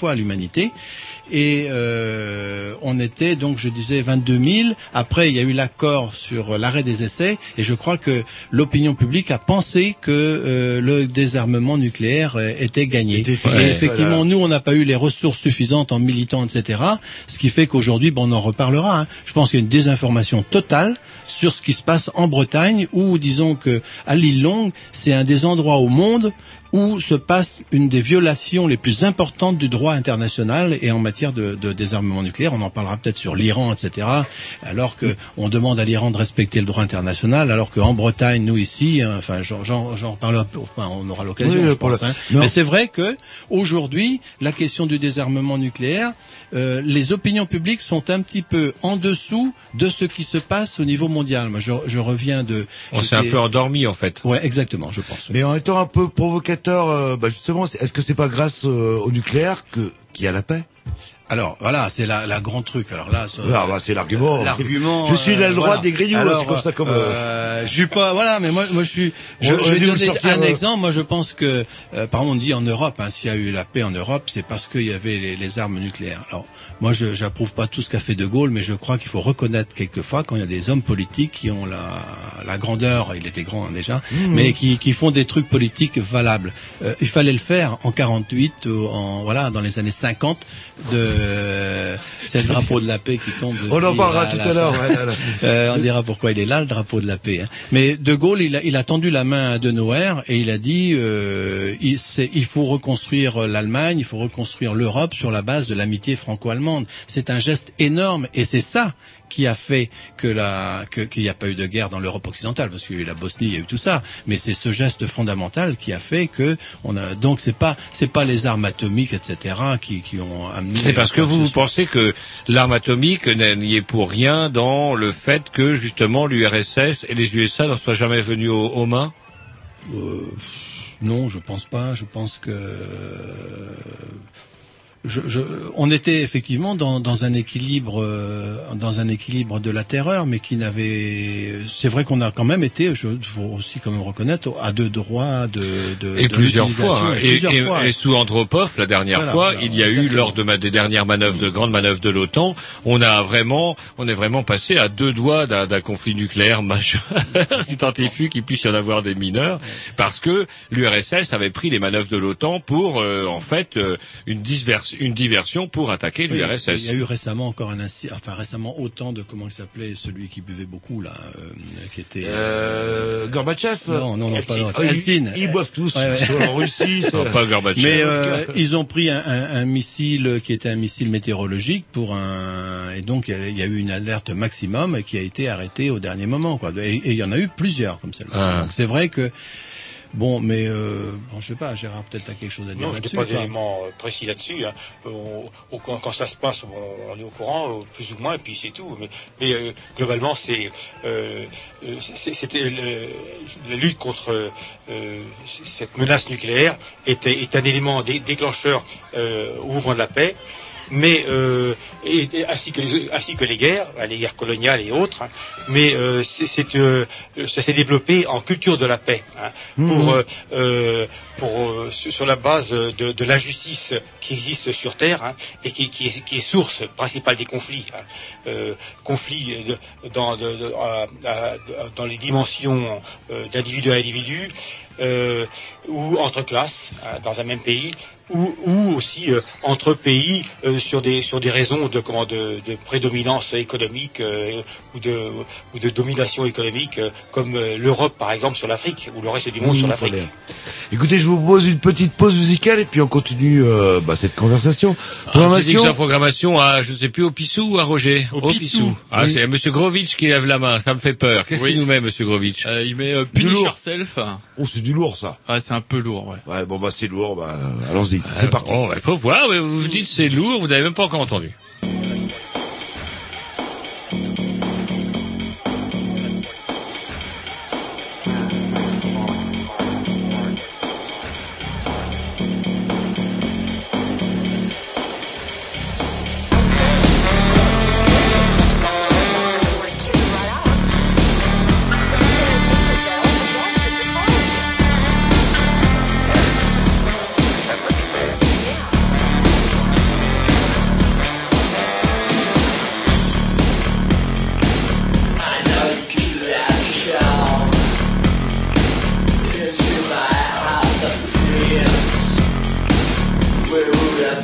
l'humanité. Et on était donc, je disais, 22 000. Après, il y a eu l'accord sur l'arrêt des essais, et je crois que l'opinion publique a pensé que le désarmement nucléaire était gagné. Et effectivement, nous, on n'a pas eu les ressources suffisantes en militants, etc. Ce qui fait qu'aujourd'hui, on en reparlera. Je pense qu'il y a une désinformation totale sur ce qui se passe en Bretagne, où, disons que à l'île Longue, c'est un des endroits au monde où se passe une des violations les plus importantes du droit international et en matière de désarmement nucléaire. On en parlera peut-être sur l'Iran, etc. Alors que on demande à l'Iran de respecter le droit international, alors qu'en Bretagne, nous ici, enfin, j'en reparlerai, enfin, on aura l'occasion, je pense. Mais c'est vrai que aujourd'hui, la question du désarmement nucléaire, les opinions publiques sont un petit peu en dessous de ce qui se passe au niveau mondial. Moi, je reviens de. On s'est un peu endormi, en fait. Ouais, exactement, je pense. Mais en étant un peu provocateur, justement, est-ce que c'est pas grâce au nucléaire qu'il y a la paix? Alors voilà, c'est la grand truc. Alors là, c'est l'argument. L'argument. Je suis là le droit voilà. des grignoux. Alors, c'est comme ça comme. Je suis pas. Voilà, mais moi je suis. Je vais donner un exemple. Moi, je pense que, par exemple, on dit en Europe, s'il y a eu la paix en Europe, c'est parce qu'il y avait les armes nucléaires. Alors moi, j'approuve pas tout ce qu'a fait De Gaulle, mais je crois qu'il faut reconnaître quelquefois quand il y a des hommes politiques qui ont la grandeur. Il était grand déjà, mais qui font des trucs politiques valables. Il fallait le faire en 48, dans les années 50. C'est le drapeau de la paix qui tombe. On en parlera tout à l'heure. On dira pourquoi il est là, le drapeau de la paix. Mais De Gaulle, il a tendu la main à Denauer et il a dit il faut reconstruire l'Allemagne, il faut reconstruire l'Europe sur la base de l'amitié franco-allemande. C'est un geste énorme et c'est ça qui a fait qu'il n'y a pas eu de guerre dans l'Europe occidentale, parce qu'il y a eu la Bosnie, il y a eu tout ça, mais c'est ce geste fondamental qui a fait que donc c'est pas les armes atomiques, etc., qui ont amené. C'est parce que vous pensez que l'arme atomique n'y est pour rien dans le fait que justement l'URSS et les USA n'en soient jamais venus aux mains? Non, je pense pas. Je pense que on était effectivement dans un équilibre de la terreur, mais qui n'avait. C'est vrai qu'on a quand même été, faut aussi quand même reconnaître, à deux droits de plusieurs fois. Et sous Andropov, la dernière fois, il y a eu lors des dernières manœuvres, de grandes manœuvres de l'OTAN, on est vraiment passé à deux doigts d'un conflit nucléaire majeur, si tant est fut qu'il puisse y en avoir des mineurs, parce que l'URSS avait pris les manœuvres de l'OTAN pour une diversion pour attaquer l'URSS. Il y a eu récemment encore récemment autant de, comment il s'appelait, celui qui buvait beaucoup là, qui était Gorbatchev. Non, pas l'autre. Helsinki. Ils boivent tous. En Russie, c'est pas Gorbatchev. Mais ils ont pris un missile qui était un missile météorologique et donc il y a eu une alerte maximum qui a été arrêtée au dernier moment, quoi. Et il y en a eu plusieurs comme celle-là. Donc c'est vrai que. Bon, mais je sais pas, Gérard, peut-être t'as quelque chose à dire là-dessus. Non, je n'ai pas d'éléments précis là-dessus. Quand ça se passe, on est au courant, plus ou moins, et puis c'est tout. Mais globalement, c'était la lutte contre cette menace nucléaire est un élément déclencheur ouvrant de la paix. Mais ainsi que les guerres coloniales et autres, mais ça s'est développé en culture de la paix, sur la base de l'injustice qui existe sur Terre, et qui est source principale des conflits, conflits dans les dimensions d'individu à individu, ou entre classes dans un même pays. Ou aussi entre pays sur des raisons de prédominance économique ou de domination économique, comme l'Europe par exemple sur l'Afrique, ou le reste du monde sur l'Afrique. Écoutez, je vous propose une petite pause musicale et puis on continue cette conversation. Programmation. La programmation à, je sais plus, au Pissou ou à Roger? Au Pissou. Ah, oui. C'est Monsieur Grovitch qui lève la main, ça me fait peur. Qu'est-ce qu'il nous met, Monsieur Grovitch? Il met Punish Yourself. Oh, c'est du lourd, ça. Ouais, c'est un peu lourd, ouais. Ouais, c'est lourd, allons-y. C'est parti. Bon, il faut voir, mais vous vous dites c'est lourd, vous n'avez même pas encore entendu.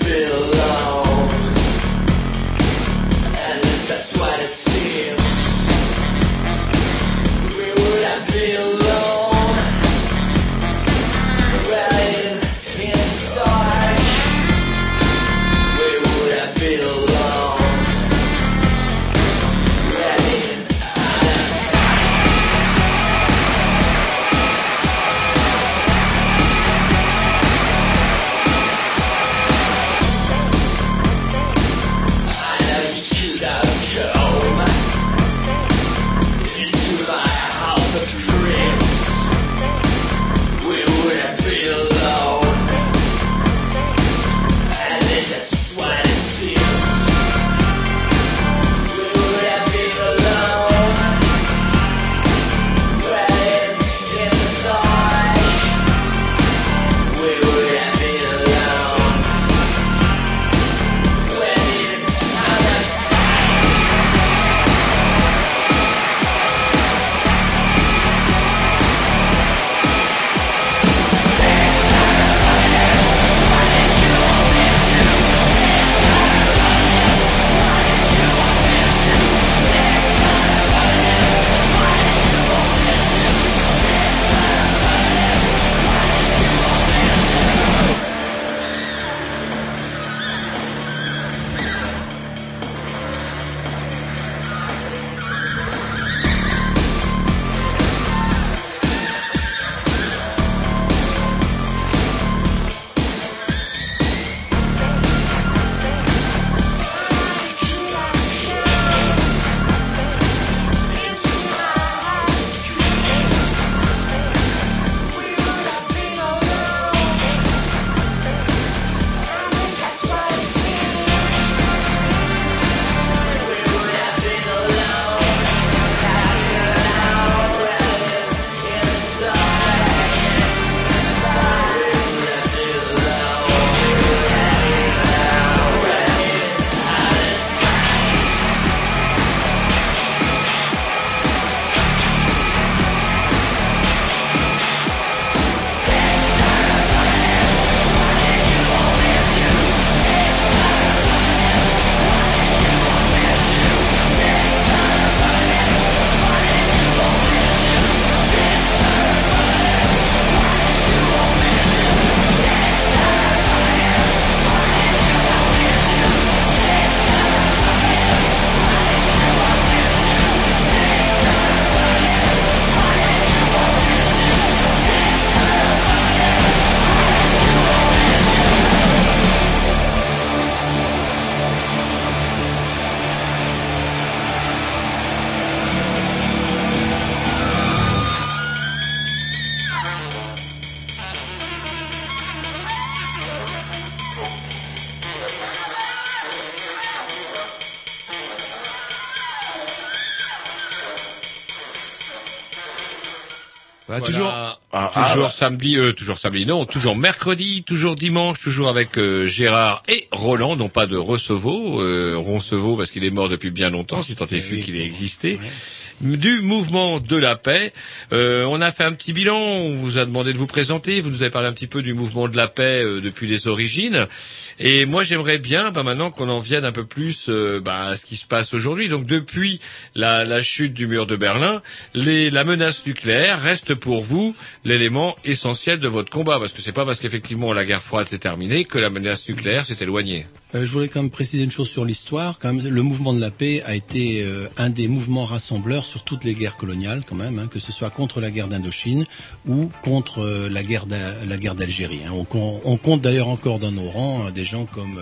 Voilà. Toujours mercredi, toujours dimanche, toujours avec Gérard et Roland, non pas de Roncevaux parce qu'il est mort depuis bien longtemps, si tant est fut qu'il ait existé. Ouais. Du mouvement de la paix. On a fait un petit bilan, on vous a demandé de vous présenter, vous nous avez parlé un petit peu du mouvement de la paix depuis les origines. Et moi j'aimerais bien maintenant qu'on en vienne un peu plus à ce qui se passe aujourd'hui. Donc depuis la chute du mur de Berlin, la menace nucléaire reste pour vous l'élément essentiel de votre combat, parce que c'est pas parce qu'effectivement la guerre froide s'est terminée que la menace nucléaire s'est éloignée. Je voulais quand même préciser une chose sur l'histoire. Quand même, le mouvement de la paix a été un des mouvements rassembleurs sur toutes les guerres coloniales, quand même, que ce soit contre la guerre d'Indochine ou contre la guerre d'Algérie. On compte d'ailleurs encore dans nos rangs des gens comme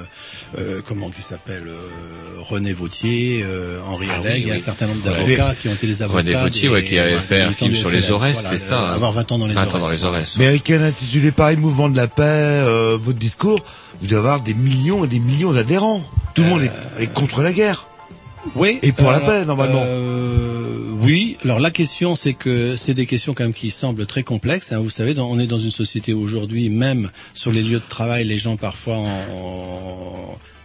René Vauthier, Henri Alleg, et un certain nombre d'avocats qui ont été les avocats. René Vauthier, qui avait fait un film sur les Aurès, c'est ça. Avoir 20 ans dans les Aurès. Mais avec un intitulé pareil, mouvement de la paix, votre discours, vous devez avoir des millions et des millions d'adhérents. Tout le monde est contre la guerre. Oui. Et pour la paix, normalement. Oui. Alors la question, c'est que c'est des questions quand même qui semblent très complexes. Vous savez, on est dans une société aujourd'hui, même sur les lieux de travail, les gens parfois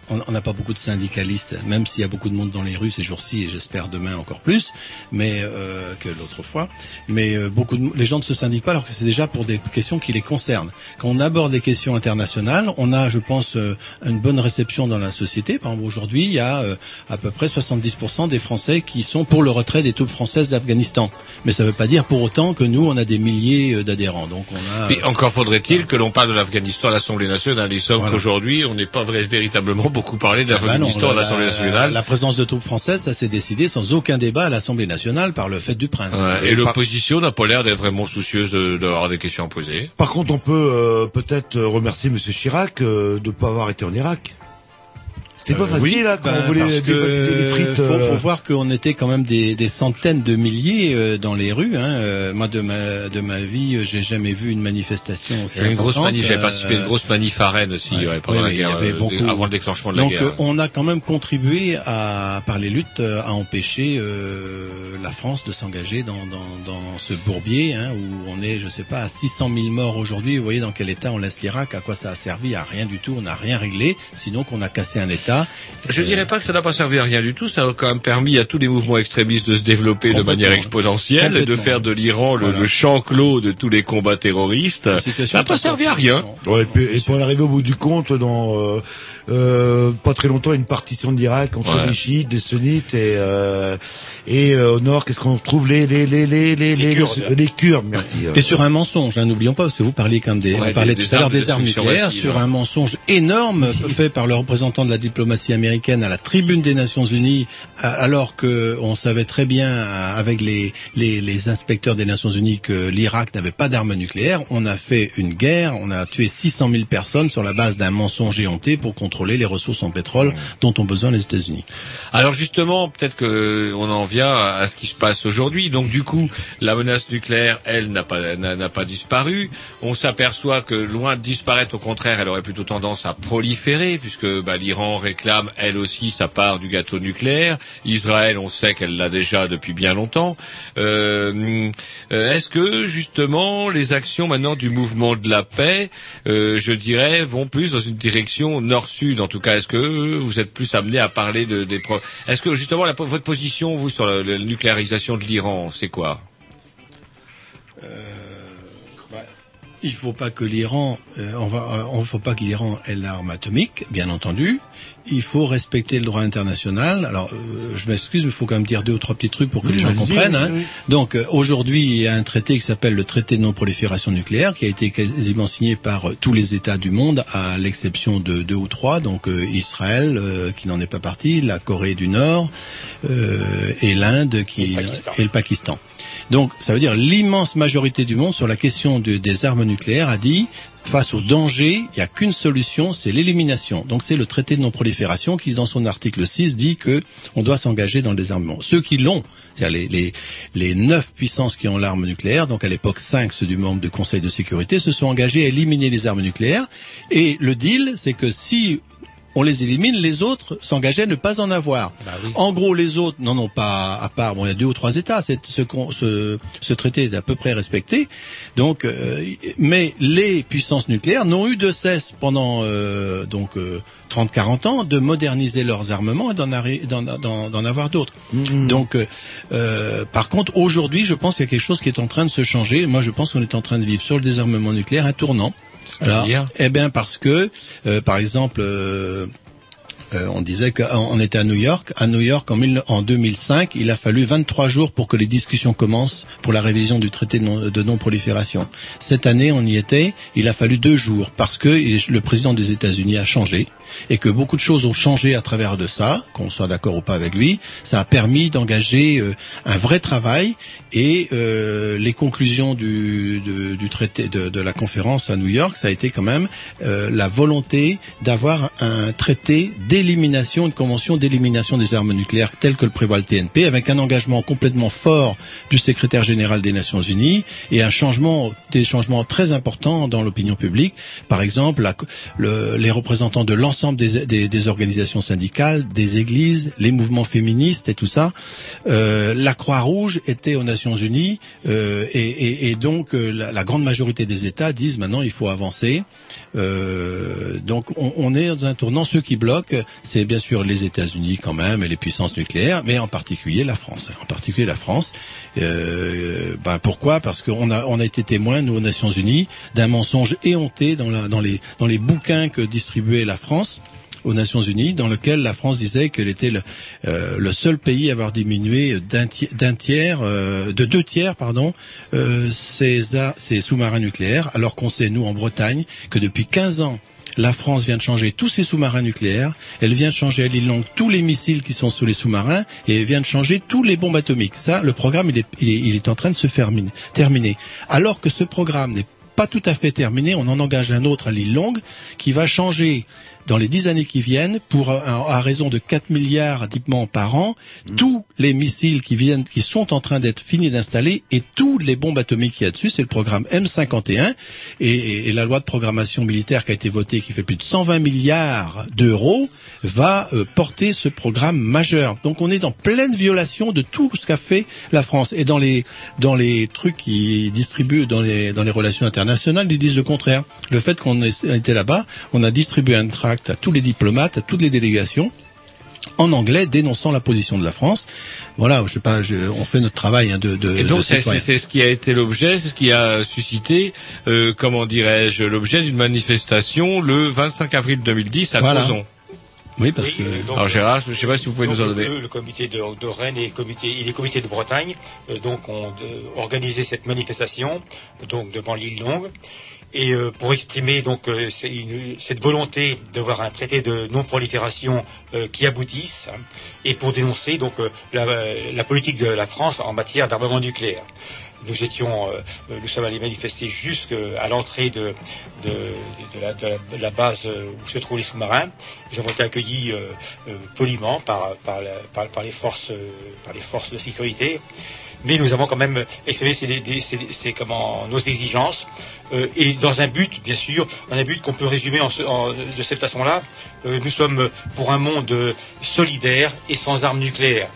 on n'a pas beaucoup de syndicalistes, même s'il y a beaucoup de monde dans les rues ces jours-ci, et j'espère demain encore plus, mais que l'autre fois. Mais les gens ne se syndiquent pas alors que c'est déjà pour des questions qui les concernent. Quand on aborde les questions internationales, on a, je pense, une bonne réception dans la société. Par exemple, aujourd'hui, il y a à peu près 70% des Français qui sont pour le retrait des troupes françaises d'Afghanistan. Mais ça ne veut pas dire pour autant que nous, on a des milliers d'adhérents. Donc on a. Et encore faudrait-il que l'on parle de l'Afghanistan à l'Assemblée nationale. Il semble qu'aujourd'hui, on n'est pas véritablement beaucoup parlé de l'Afghanistan à l'Assemblée nationale. La présence de troupes françaises, ça s'est décidé sans aucun débat à l'Assemblée nationale par le fait du prince. Ouais, et l'opposition n'a pas l'air d'être vraiment soucieuse d'avoir des questions à poser. Par contre, on peut peut-être remercier Monsieur Chirac de ne pas avoir été en Irak. C'était pas facile, là, quand on voulait débaptiser les frites. Faut voir qu'on était quand même des centaines de milliers dans les rues. Moi, de ma vie, j'ai jamais vu une manifestation aussi importante. Une grosse manif, j'avais participé à une grosse manif à Rennes aussi, pendant la guerre, avant le déclenchement de la guerre. Donc, on a quand même contribué par les luttes à empêcher la France de s'engager dans ce bourbier, où on est, je sais pas, à 600 000 morts aujourd'hui. Vous voyez dans quel état on laisse l'Irak, à quoi ça a servi? À rien du tout. On n'a rien réglé, sinon qu'on a cassé un État. Je dirais pas que ça n'a pas servi à rien du tout, ça a quand même permis à tous les mouvements extrémistes de se développer de manière exponentielle et de faire de l'Iran le champ clos de tous les combats terroristes. Ça n'a pas servi à rien. Ouais, et pour arriver au bout du compte, dans pas très longtemps, une partition de l'Irak entre les chiites, les sunnites et au nord, qu'est-ce qu'on trouve les Kurdes, merci. Et sur un mensonge, n'oublions pas, parce que vous parliez quand même on parlait tout à l'heure des armes nucléaires, sur un mensonge énorme fait par le représentant de la diplomatie américaine à la tribune des Nations Unies, alors que on savait très bien avec les inspecteurs des Nations Unies que l'Irak n'avait pas d'armes nucléaires. On a fait une guerre, on a tué 600 000 personnes sur la base d'un mensonge éhonté pour contrôler les ressources en pétrole dont ont besoin les États-Unis. Alors justement, peut-être que on en vient à ce qui se passe aujourd'hui. Donc du coup, la menace nucléaire, elle, n'a pas disparu. On s'aperçoit que loin de disparaître, au contraire, elle aurait plutôt tendance à proliférer, puisque l'Iran réclame elle aussi sa part du gâteau nucléaire. Israël, on sait qu'elle l'a déjà depuis bien longtemps. Est-ce que justement les actions maintenant du mouvement de la paix, je dirais, vont plus dans une direction nord-sud? En tout cas, est-ce que vous êtes plus amené à parler est-ce que justement votre position, vous, sur la nucléarisation de l'Iran, c'est quoi? Il faut pas que l'Iran, faut pas que l'Iran ait l'arme atomique, bien entendu. Il faut respecter le droit international. Alors, je m'excuse, mais il faut quand même dire 2 ou 3 petits trucs pour que les gens comprennent. Oui. Donc, aujourd'hui, il y a un traité qui s'appelle le traité de non-prolifération nucléaire, qui a été quasiment signé par tous les États du monde, à l'exception de 2 ou 3. Donc, Israël, qui n'en est pas partie, la Corée du Nord, et l'Inde, et le Pakistan. Donc, ça veut dire l'immense majorité du monde sur la question des armes nucléaires a dit, face au danger, il n'y a qu'une solution, c'est l'élimination. Donc c'est le traité de non-prolifération qui, dans son article 6, dit que on doit s'engager dans le désarmement. Ceux qui l'ont, c'est-à-dire les 9 puissances qui ont l'arme nucléaire, donc à l'époque 5 ceux du membre du Conseil de sécurité, se sont engagés à éliminer les armes nucléaires. Et le deal, c'est que si on les élimine, les autres s'engageaient à ne pas en avoir. Oui. En gros, les autres n'en ont pas, à part, il y a 2 ou 3 États, ce traité est à peu près respecté. Donc, mais les puissances nucléaires n'ont eu de cesse pendant 30-40 ans de moderniser leurs armements et d'en avoir d'autres. Donc, par contre, aujourd'hui, je pense qu'il y a quelque chose qui est en train de se changer. Moi, je pense qu'on est en train de vivre sur le désarmement nucléaire un tournant. Alors, parce que, par exemple, on disait qu'on était à New York. À New York, en 2005, il a fallu 23 jours pour que les discussions commencent pour la révision du traité de non-prolifération. Cette année, on y était. Il a fallu 2 jours parce que le président des États-Unis a changé et que beaucoup de choses ont changé à travers de ça, qu'on soit d'accord ou pas avec lui. Ça a permis d'engager un vrai travail et les conclusions du traité de la conférence à New York, ça a été quand même la volonté d'avoir un traité d'élimination, une convention d'élimination des armes nucléaires telle que le prévoit le TNP, avec un engagement complètement fort du secrétaire général des Nations Unies et des changements très importants dans l'opinion publique. Par exemple, les représentants de l'ensemble l'ensemble des organisations syndicales, des églises, les mouvements féministes et tout ça. La Croix-Rouge était aux Nations Unies et donc la grande majorité des États disent maintenant il faut avancer. Donc on est dans un tournant. Ceux qui bloquent, c'est bien sûr les États-Unis quand même et les puissances nucléaires, mais en particulier la France. Pourquoi ? Parce qu'on a été témoins, nous aux Nations Unies, d'un mensonge éhonté dans les bouquins que distribuait la France aux Nations Unies, dans lequel la France disait qu'elle était le seul pays à avoir diminué de 2 tiers, ses sous-marins nucléaires, alors qu'on sait, nous, en Bretagne, que depuis 15 ans, la France vient de changer tous ses sous-marins nucléaires, elle vient de changer à l'île Longue tous les missiles qui sont sous les sous-marins, et elle vient de changer tous les bombes atomiques. Ça, le programme, il est en train de se terminer. Alors que ce programme n'est pas tout à fait terminé, on en engage un autre à l'île Longue, qui va changer dans les 10 années qui viennent, à raison de 4 milliards d'équipements par an, tous les missiles qui sont en train d'être finis d'installer et toutes les bombes atomiques qu'il y a dessus, c'est le programme M51 et la loi de programmation militaire qui a été votée, qui fait plus de 120 milliards d'euros, va porter ce programme majeur. Donc on est dans pleine violation de tout ce qu'a fait la France. Et dans les trucs qui distribuent dans les relations internationales, ils disent le contraire. Le fait qu'on était là-bas, on a distribué un tract à tous les diplomates, à toutes les délégations, en anglais, dénonçant la position de la France. Voilà, on fait notre travail Et donc c'est ce qui a été l'objet, c'est ce qui a suscité, l'objet d'une manifestation le 25 avril 2010 à Crozon. Oui, parce que... Donc, alors Gérard, je ne sais pas si vous pouvez nous en donner. Le comité de Rennes et les comités de Bretagne ont organisé cette manifestation donc devant l'île Longue. Et pour exprimer donc cette volonté d'avoir un traité de non-prolifération qui aboutisse, et pour dénoncer donc la politique de la France en matière d'armement nucléaire. Nous sommes allés manifester jusqu'à l'entrée de la base où se trouvent les sous-marins. Nous avons été accueillis poliment par les forces de sécurité. Mais nous avons quand même exprimé nos exigences et dans un but, bien sûr, qu'on peut résumer de cette façon-là. Nous sommes pour un monde solidaire et sans armes nucléaires.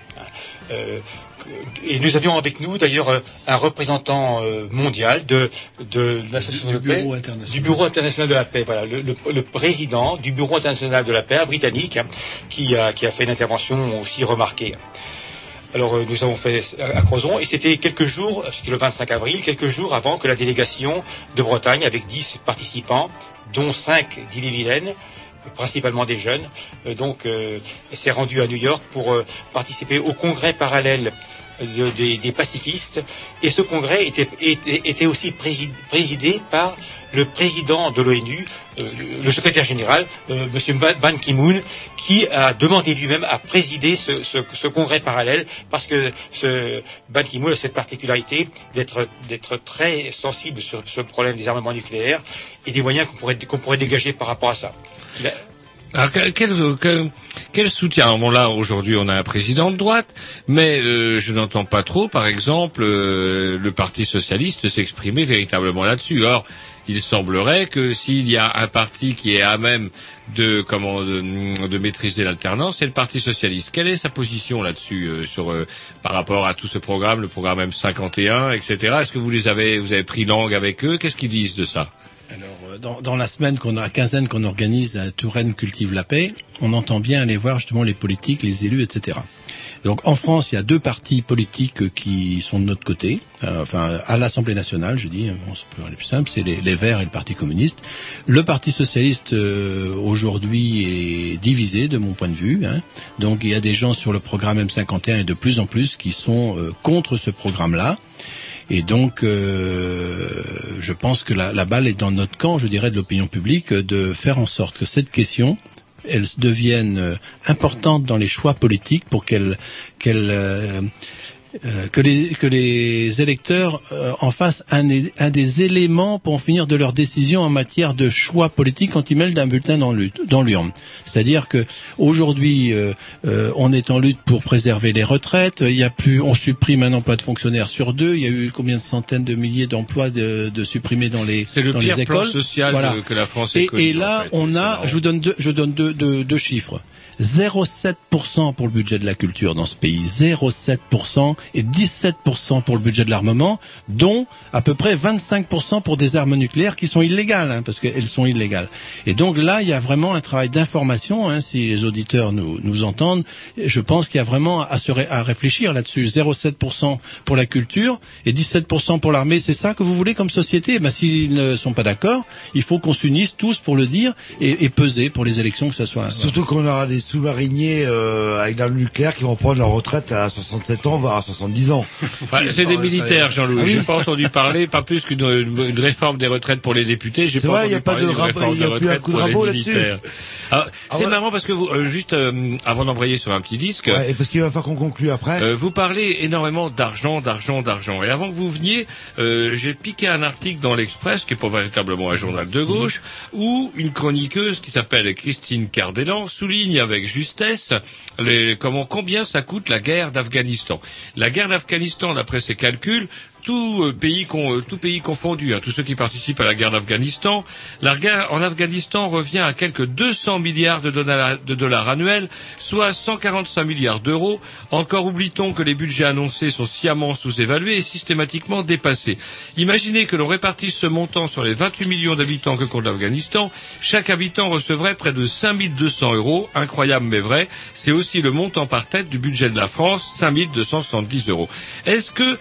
Et nous avions avec nous d'ailleurs un représentant mondial de l'association de paix, du Bureau international de la paix. Voilà, le président du Bureau international de la paix britannique, qui a fait une intervention aussi remarquée. Alors nous avons fait à Crozon et c'était c'était le 25 avril, quelques jours avant que la délégation de Bretagne avec 10 participants, dont 5 d'Ille-et-Vilaine, principalement des jeunes, s'est rendue à New York pour participer au congrès parallèle des pacifistes. Et ce congrès était aussi présidé par le président de l'ONU, le secrétaire général, Monsieur Ban Ki-moon, qui a demandé lui-même à présider ce congrès parallèle, parce que Ban Ki-moon a cette particularité d'être très sensible sur ce problème des armements nucléaires et des moyens qu'on pourrait dégager par rapport à ça. Alors, quel soutien? Bon, là, aujourd'hui, on a un président de droite, mais je n'entends pas trop, par exemple, le Parti socialiste s'exprimer véritablement là-dessus. Or, il semblerait que s'il y a un parti qui est à même de maîtriser l'alternance, c'est le Parti socialiste. Quelle est sa position là-dessus, par rapport à tout ce programme, le programme M51, etc. Est-ce que vous avez pris langue avec eux? Qu'est-ce qu'ils disent de ça? Alors, dans la quinzaine qu'on organise à Touraine Cultive la Paix, on entend bien aller voir justement les politiques, les élus, etc. Donc en France, il y a 2 partis politiques qui sont de notre côté, à l'Assemblée nationale, je dis, c'est plus simple, c'est les Verts et le Parti communiste. Le Parti socialiste aujourd'hui est divisé de mon point de vue, donc il y a des gens sur le programme M51 et de plus en plus qui sont contre ce programme-là. Et donc, je pense que la balle est dans notre camp, je dirais, de l'opinion publique, de faire en sorte que cette question, elle devienne importante dans les choix politiques pour qu'elle que les électeurs en fassent un des éléments pour en finir de leur décision en matière de choix politique quand ils mettent un bulletin dans l'urne. C'est-à-dire que aujourd'hui, on est en lutte pour préserver les retraites. On supprime un emploi de fonctionnaire sur 2. Il y a eu combien de centaines de milliers d'emplois de supprimés dans les écoles. C'est le pire plan social que la France ait connu. Et là, je vous donne deux chiffres. 0,7% pour le budget de la culture dans ce pays, 0,7% et 17% pour le budget de l'armement, dont à peu près 25% pour des armes nucléaires qui sont illégales, parce qu'elles sont illégales. Et donc là, il y a vraiment un travail d'information, si les auditeurs nous entendent. Je pense qu'il y a vraiment à réfléchir là-dessus. 0,7% pour la culture et 17% pour l'armée. C'est ça que vous voulez comme société? S'ils ne sont pas d'accord, il faut qu'on s'unisse tous pour le dire et peser pour les élections que ce soit. Surtout qu'on aura des sous-mariniers avec l'arme nucléaire qui vont prendre leur retraite à 67 ans, voire à 70 ans. C'est des militaires, Jean-Louis. J'ai pas entendu parler, pas plus qu'une réforme des retraites pour les députés. J'ai pas entendu parler d'une réforme des retraites pour les militaires. C'est marrant parce que vous, juste avant d'embrayer sur un petit disque, et parce qu'il va falloir qu'on conclue après. Vous parlez énormément d'argent. Et avant que vous veniez, j'ai piqué un article dans l'Express, qui est pas véritablement un journal de gauche, où une chroniqueuse qui s'appelle Christine Cardellan souligne avec justesse combien ça coûte la guerre d'Afghanistan. La guerre d'Afghanistan, d'après ses calculs, tout pays confondu, tous ceux qui participent à la guerre d'Afghanistan, la guerre en Afghanistan revient à quelques 200 milliards de dollars annuels, soit 145 milliards d'euros. Encore oublie-t-on que les budgets annoncés sont sciemment sous-évalués et systématiquement dépassés. Imaginez que l'on répartisse ce montant sur les 28 millions d'habitants que compte l'Afghanistan. Chaque habitant recevrait près de 5200 euros. Incroyable mais vrai. C'est aussi le montant par tête du budget de la France, 5270 euros. Est-ce que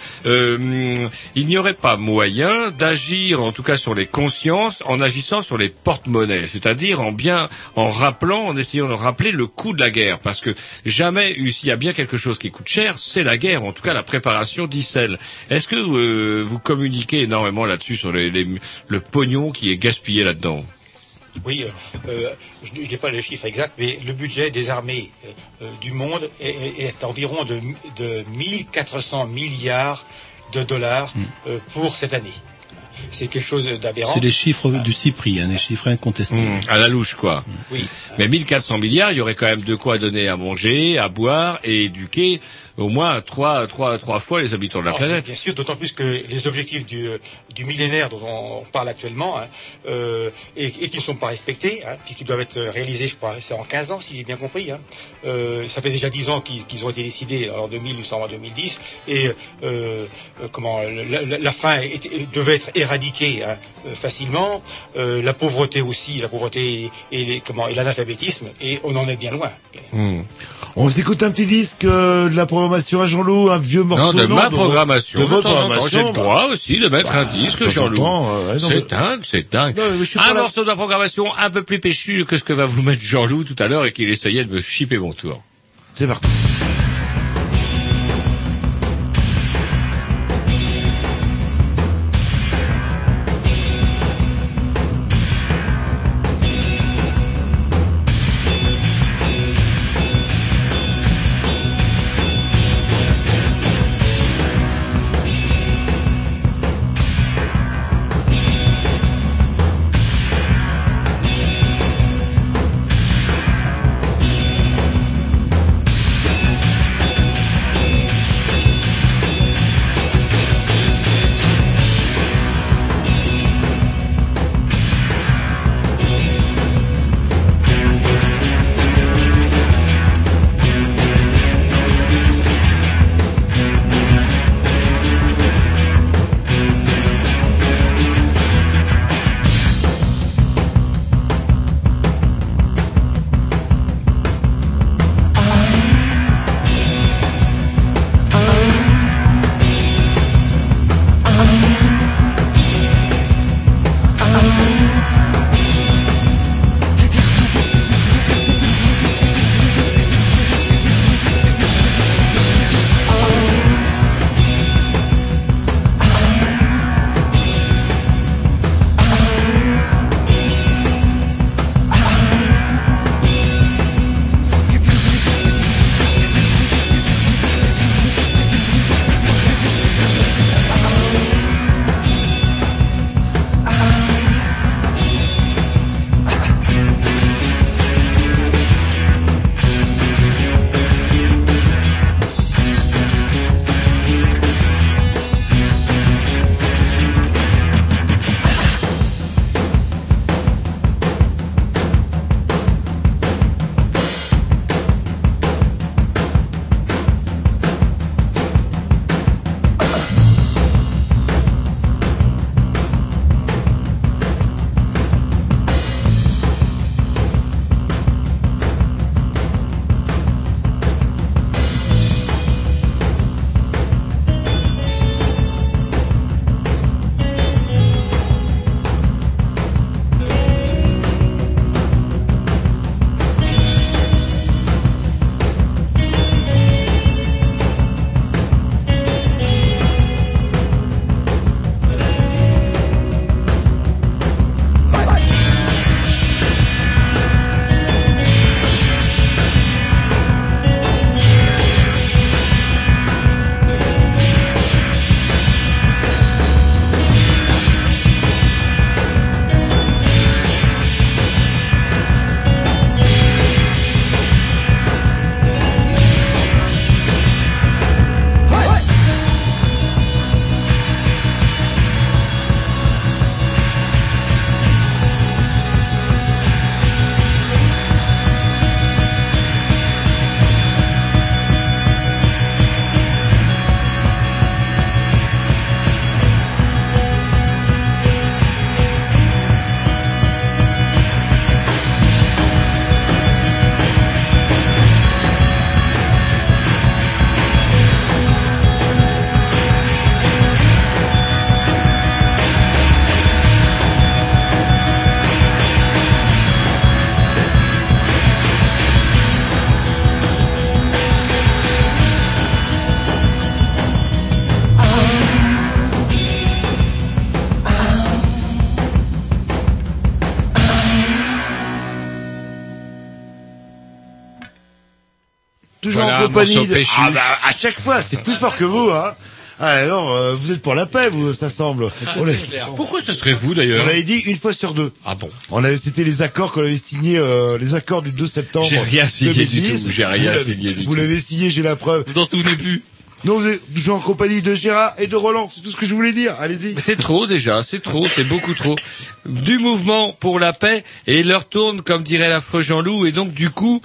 il n'y aurait pas moyen d'agir, en tout cas sur les consciences, en agissant sur les porte-monnaies, c'est-à-dire en essayant de rappeler le coût de la guerre, parce que jamais, s'il y a bien quelque chose qui coûte cher, c'est la guerre, en tout cas la préparation d'Issel. Est-ce que vous communiquez énormément là-dessus sur le pognon qui est gaspillé là-dedans? Oui, je n'ai pas le chiffre exact, mais le budget des armées du monde est environ de 1400 milliards de dollars pour cette année. C'est quelque chose d'aberrant. C'est les chiffres du CIPRI, des chiffres incontestés. À la louche, quoi. Oui. Mais 1400 milliards, il y aurait quand même de quoi donner à manger, à boire et éduquer au moins trois fois les habitants de la planète. Bien sûr, d'autant plus que les objectifs du millénaire dont on parle actuellement et qui ne sont pas respectés, puisqu'ils doivent être réalisés, je crois, c'est en 15 ans, si j'ai bien compris. Ça fait déjà 10 ans qu'ils ont été décidés en 2000 ou en 2010, et la faim devait être éradiquée facilement, la pauvreté aussi, et l'analphabétisme, et on en est bien loin. On s'écoute un petit disque de la programmation à Jean-Loup, un vieux morceau. Non, de ma programmation. De votre programmation. J'ai le droit aussi de mettre un disque, Jean-Loup. C'est dingue. Un morceau de la programmation un peu plus péchu que ce que va vous mettre Jean-Loup tout à l'heure et qu'il essayait de me chipper mon tour. C'est parti. toujours Voilà, en compagnie morceau de... péchu. Ah bah, à chaque fois, c'est plus fort que vous, hein. Ah non, vous êtes pour la paix, vous, ça semble. Pourquoi ce serait vous, d'ailleurs? On avait dit une fois sur deux. Ah bon? C'était les accords qu'on avait signés, les accords du 2 septembre. J'ai rien signé 2010. du tout, j'ai rien signé du tout. Vous l'avez signé, j'ai la preuve. Vous en souvenez plus? Non, vous êtes toujours en compagnie de Gérard et de Roland, c'est tout ce que je voulais dire, allez-y. C'est trop déjà, c'est beaucoup trop. Du mouvement pour la paix, et il leur tourne, comme dirait l'affreux Jean-Loup, et donc du coup,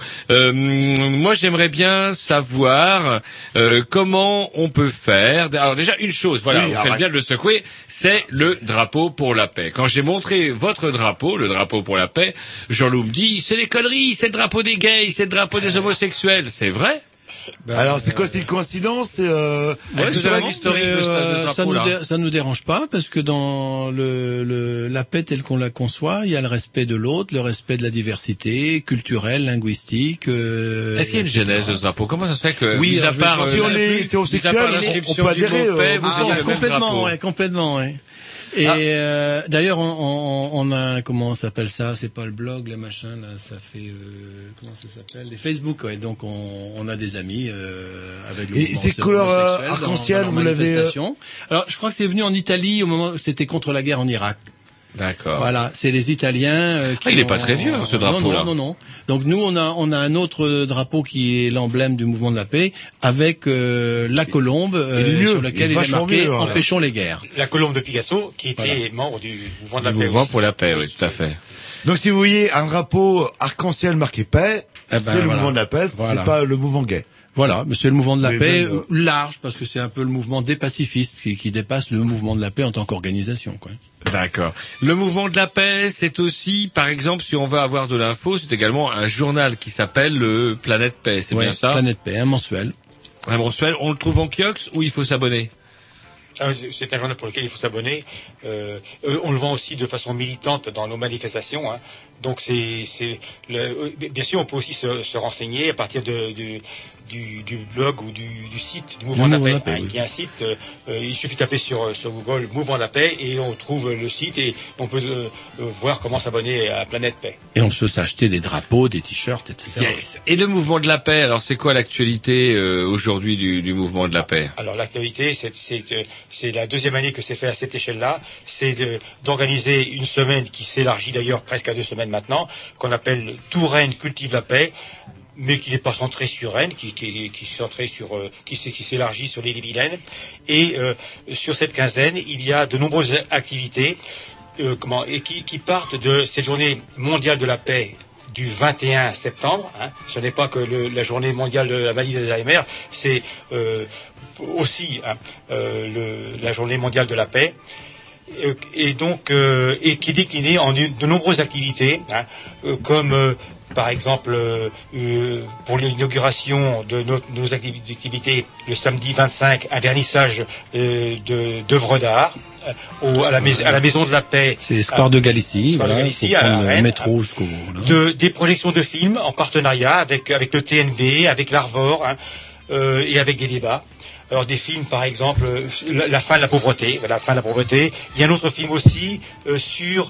moi j'aimerais bien savoir comment on peut faire. Alors déjà, une chose, voilà, Oui, vous faites bien de le secouer, c'est le drapeau pour la paix. Quand j'ai montré votre drapeau, le drapeau pour la paix, Jean-Loup me dit, c'est des conneries, c'est le drapeau des gays, c'est le drapeau des homosexuels. C'est vrai? Alors c'est quoi, c'est une coïncidence? Est-ce que vous avez l'historique de ce drapeau-là? Ça nous dérange pas parce que dans la paix telle qu'on la conçoit, il y a le respect de l'autre, le respect de la diversité culturelle, linguistique. Est-ce qu'il y a une genèse de ce drapeau? Comment ça se fait que, oui, mis à part, si on est hétérosexuel, on peut adhérer. Complètement, ouais. Et d'ailleurs, on a, comment on s'appelle ça? C'est pas le blog, les machins là, ça fait comment ça s'appelle? Les Facebook, ouais. Donc on a des amis avec le et mouvement ces couleurs arc-en-ciel, dans vous l'avez. Alors, je crois que c'est venu en Italie au moment où c'était contre la guerre en Irak. D'accord. Voilà, c'est les Italiens qui il est pas très vieux, ce drapeau-là. Non. Donc nous, on a un autre drapeau qui est l'emblème du mouvement de la paix, avec la colombe sur laquelle il est marqué « Empêchons les guerres ». La colombe de Picasso, qui était membre du mouvement de la paix. Du mouvement aussi. pour la paix, oui, tout à fait. Donc si vous voyez un drapeau arc-en-ciel marqué paix, c'est le voilà. mouvement de la paix, c'est pas le mouvement gay. Voilà, mais c'est le mouvement de la Mais paix même, large, parce que c'est un peu le mouvement des pacifistes qui dépasse le mouvement de la paix en tant qu'organisation, quoi. D'accord. Le mouvement de la paix, c'est aussi, par exemple, si on veut avoir de l'info, c'est également un journal qui s'appelle le Planète Paix, c'est bien ça? Planète Paix, un mensuel. Un mensuel, on le trouve en kiosque ou il faut s'abonner? C'est un journal pour lequel il faut s'abonner. On le vend aussi de façon militante dans nos manifestations. Hein. Donc bien sûr, on peut aussi se renseigner à partir du blog ou du site du Mouvement de la Paix. Il y a un site, il suffit de taper sur Google Mouvement de la Paix et on trouve le site et on peut voir comment s'abonner à Planète Paix. Et on peut s'acheter des drapeaux, des t-shirts, etc. Yes. Et le Mouvement de la Paix, alors c'est quoi l'actualité aujourd'hui du Mouvement de la Paix? Alors l'actualité, c'est la deuxième année que c'est fait à cette échelle-là, c'est d'organiser une semaine qui s'élargit d'ailleurs presque à 2 semaines maintenant, qu'on appelle Touraine cultive la paix, mais qui n'est pas centré sur Rennes, qui s'élargit sur l'île-et-Vilaine. Et sur cette quinzaine, il y a de nombreuses activités qui partent de cette journée mondiale de la paix du 21 septembre. Hein. Ce n'est pas que la journée mondiale de la maladie d'Alzheimer, c'est aussi la journée mondiale de la paix. Et donc qui est déclinée en de nombreuses activités, hein, comme par exemple pour l'inauguration de nos activités le samedi 25, un vernissage d'œuvres d'art à la Maison de la Paix. C'est Square de Galicie, voilà, Galicie, faut prendre à le métro jusqu'au des projections de films en partenariat avec le TNV, avec l'Arvor, hein, et avec des débats. Alors des films, par exemple, la fin de la pauvreté. Voilà, la fin de la pauvreté. Il y a un autre film aussi sur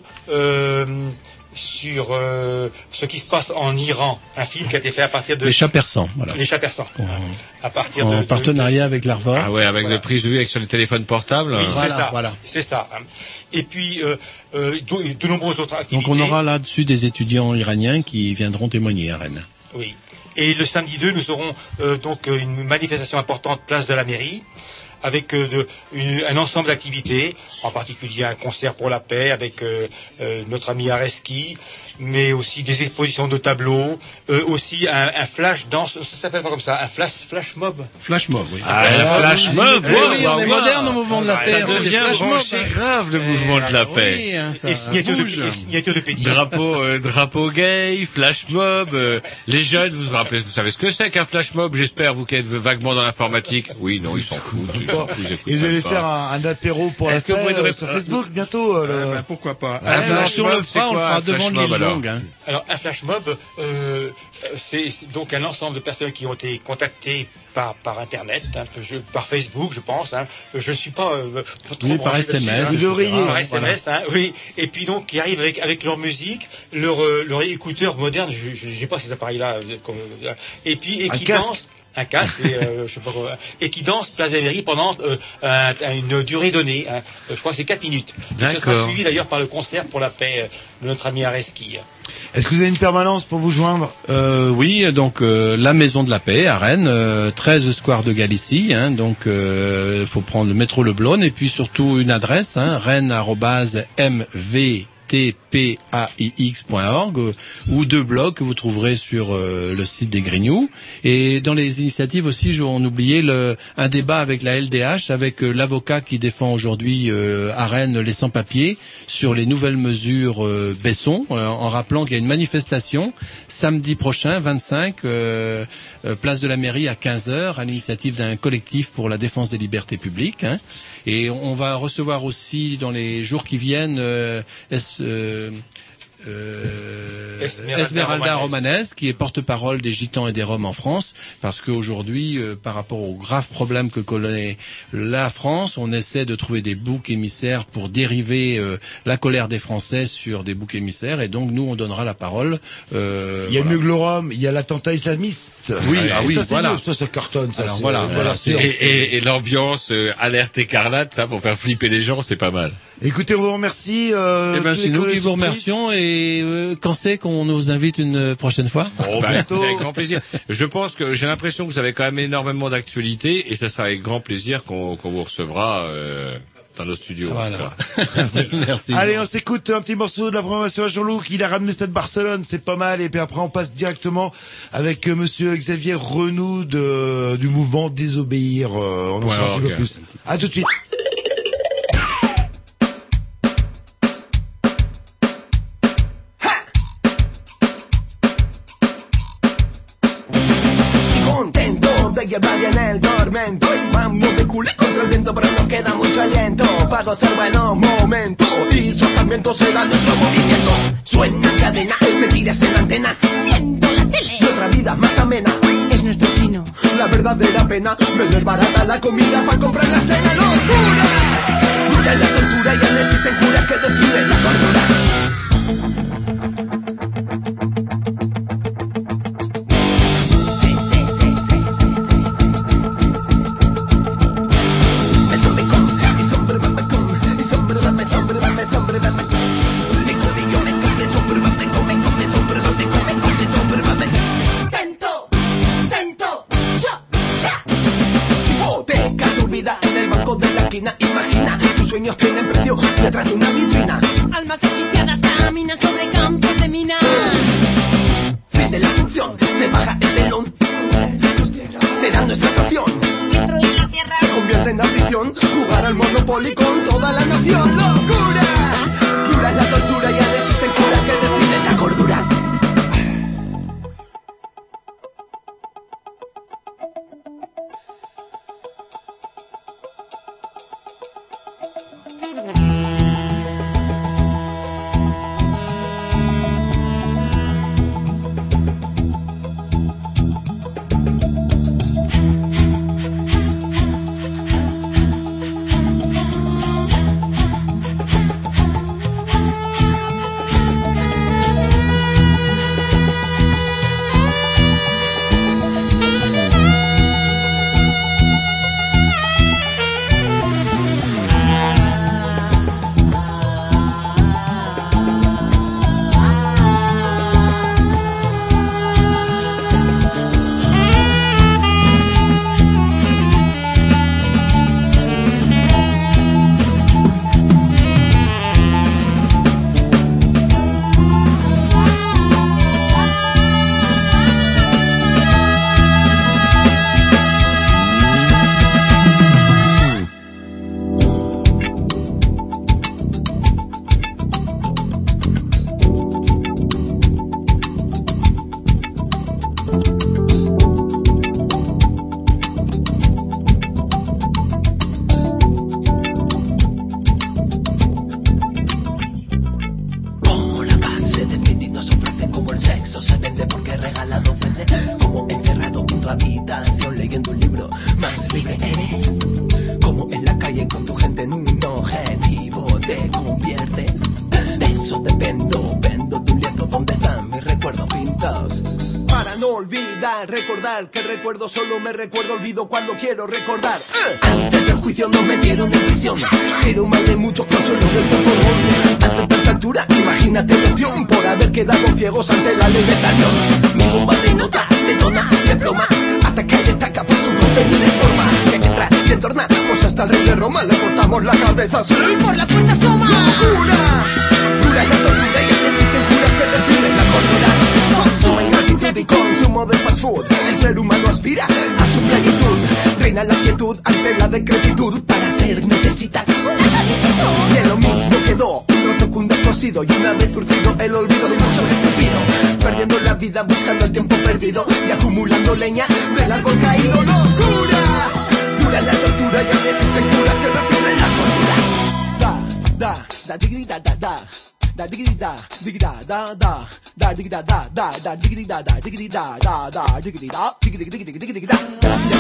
ce qui se passe en Iran. Un film qui a été fait à partir de... Les chats persans, voilà. Les chats persans. À partir en partenariat avec l'Arvor. Ah ouais, avec des prises de vue sur les téléphones portables. Oui, voilà, c'est ça. Voilà. C'est ça. Et puis, de nombreuses autres activités. Donc on aura là-dessus des étudiants iraniens qui viendront témoigner à Rennes. Oui. Et le samedi 2, nous aurons donc une manifestation importante place de la mairie, avec un ensemble d'activités, en particulier un concert pour la paix avec notre ami Areski, mais aussi des expositions de tableaux, aussi un flash danse, ça s'appelle pas comme ça, un flash mob. Flash mob, oui. Ah, un flash mob. Oui, on est moderne au mouvement de la paix. Ça devient branché grave le mouvement de la paix. Oui, hein, et signature de pétition. Drapeau gay, flash mob. Les jeunes, vous savez ce que c'est qu'un flash mob, j'espère, vous qui êtes vaguement dans l'informatique. Oui, non, ils s'en foutent. Et vous allez faire un apéro pour la paix sur Facebook bientôt pourquoi pas. Si on le fera devant l'île longue. Hein. Alors un flash mob, c'est donc un ensemble de personnes qui ont été contactées par internet, par Facebook, je pense. Hein. Je ne suis pas trop oui, par SMS. Vous devriez. Par SMS, voilà. Hein, oui. Et puis donc qui arrivent avec leur musique, leur écouteur moderne. Je sais pas ces appareils-là. Et qui dansent. un casque je sais pas quoi, et qui danse Place de la Mairie pendant une durée donnée. Je crois que c'est 4 minutes. Et ce sera suivi d'ailleurs par le concert pour la paix de notre ami Areski. Est-ce que vous avez une permanence pour vous joindre? Oui, donc la Maison de la Paix à Rennes, 13 Square de Galicie. Donc faut prendre le métro Le Blône et puis surtout une adresse, rennes@mvtpaix.org ou 2 blogs que vous trouverez sur le site des Grignoux. Et dans les initiatives aussi, on oubliait un débat avec la LDH, avec l'avocat qui défend aujourd'hui à Rennes les sans-papiers sur les nouvelles mesures Besson, en rappelant qu'il y a une manifestation samedi prochain, 25, place de la Mairie à 15h, à l'initiative d'un collectif pour la défense des libertés publiques. Et on va recevoir aussi dans les jours qui viennent Esmeralda Romanes, qui est porte-parole des Gitans et des Roms en France, parce qu'aujourd'hui, par rapport aux graves problèmes que connaît la France, on essaie de trouver des boucs émissaires pour dériver la colère des Français sur des boucs émissaires, et donc nous, on donnera la parole. Il y a mieux que le Rhum, il y a l'attentat islamiste. Oui, ça, voilà. Mieux, ça cartonne. Ça, alors, voilà. Et l'ambiance alerte écarlate, ça, pour faire flipper les gens, c'est pas mal. Écoutez, on vous remercie. C'est nous qui vous remercions, et quand c'est qu'on nous invite une prochaine fois? Avec grand plaisir. Je pense que j'ai l'impression que vous avez quand même énormément d'actualités, et ça sera avec grand plaisir qu'on vous recevra dans nos studios. Voilà. Merci. Allez, on s'écoute un petit morceau de la programmation à Jean-Loup, qui a ramené ça de Barcelone, c'est pas mal, et puis après on passe directement avec monsieur Xavier Renoux du mouvement Désobéir. On en sait un petit peu plus. À tout de suite. Llevar en el tormento y vamos de culé contra el viento, pero nos queda mucho aliento para gozar buenos momentos y su acamento será nuestro movimiento. Suena en cadena, se tira en la antena, viendo la tele. Nuestra vida más amena es nuestro sino. La verdadera pena, vender barata la comida para comprar la cena. Locura, dura la tortura y ya no existen curas que descuiden la cordura. Imagina, tus sueños tienen precio detrás de una vitrina. Almas desquiciadas caminan sobre campos de minas. Fin de la función, se baja el telón. Será nuestra estación. Destruir la tierra se convierte en ambición. Jugar al Monopoly con toda la nación. ¡Locura! Dura la tortura, ya no existen curas que definen la cordura. olvidar, recordar que recuerdo solo me recuerdo olvido cuando quiero recordar. Antes del juicio nos metieron en prisión, pero mal de muchos consuelos del fútbol. Ante tanta altura, imagínate la opción por haber quedado ciegos ante la ley de talión. Mi bomba de nota, detona, desploma, ataca y destaca por su contenido y forma. Que entra y entorna, pues hasta el rey de Roma le cortamos la cabeza, sí, por la puerta asoma. ¡Locura! Dura la tortura y aún existen curas que defienden la cordura. Consumo ingratitud y consumo de fast food. El ser humano aspira a su plenitud. Reina la quietud ante la decrepitud. Para ser necesitas de lo mismo quedó un roto con un descosido y una vez surcido el olvido de un mucho estúpido. Perdiendo la vida buscando el tiempo perdido y acumulando leña del árbol caído. ¡Locura! Dura la tortura y aún existen curas que defienden la cordura. Da digri da da da da digri da digri da da da da digri da da da da digri da da digri da da da digri da digri digri digri digri da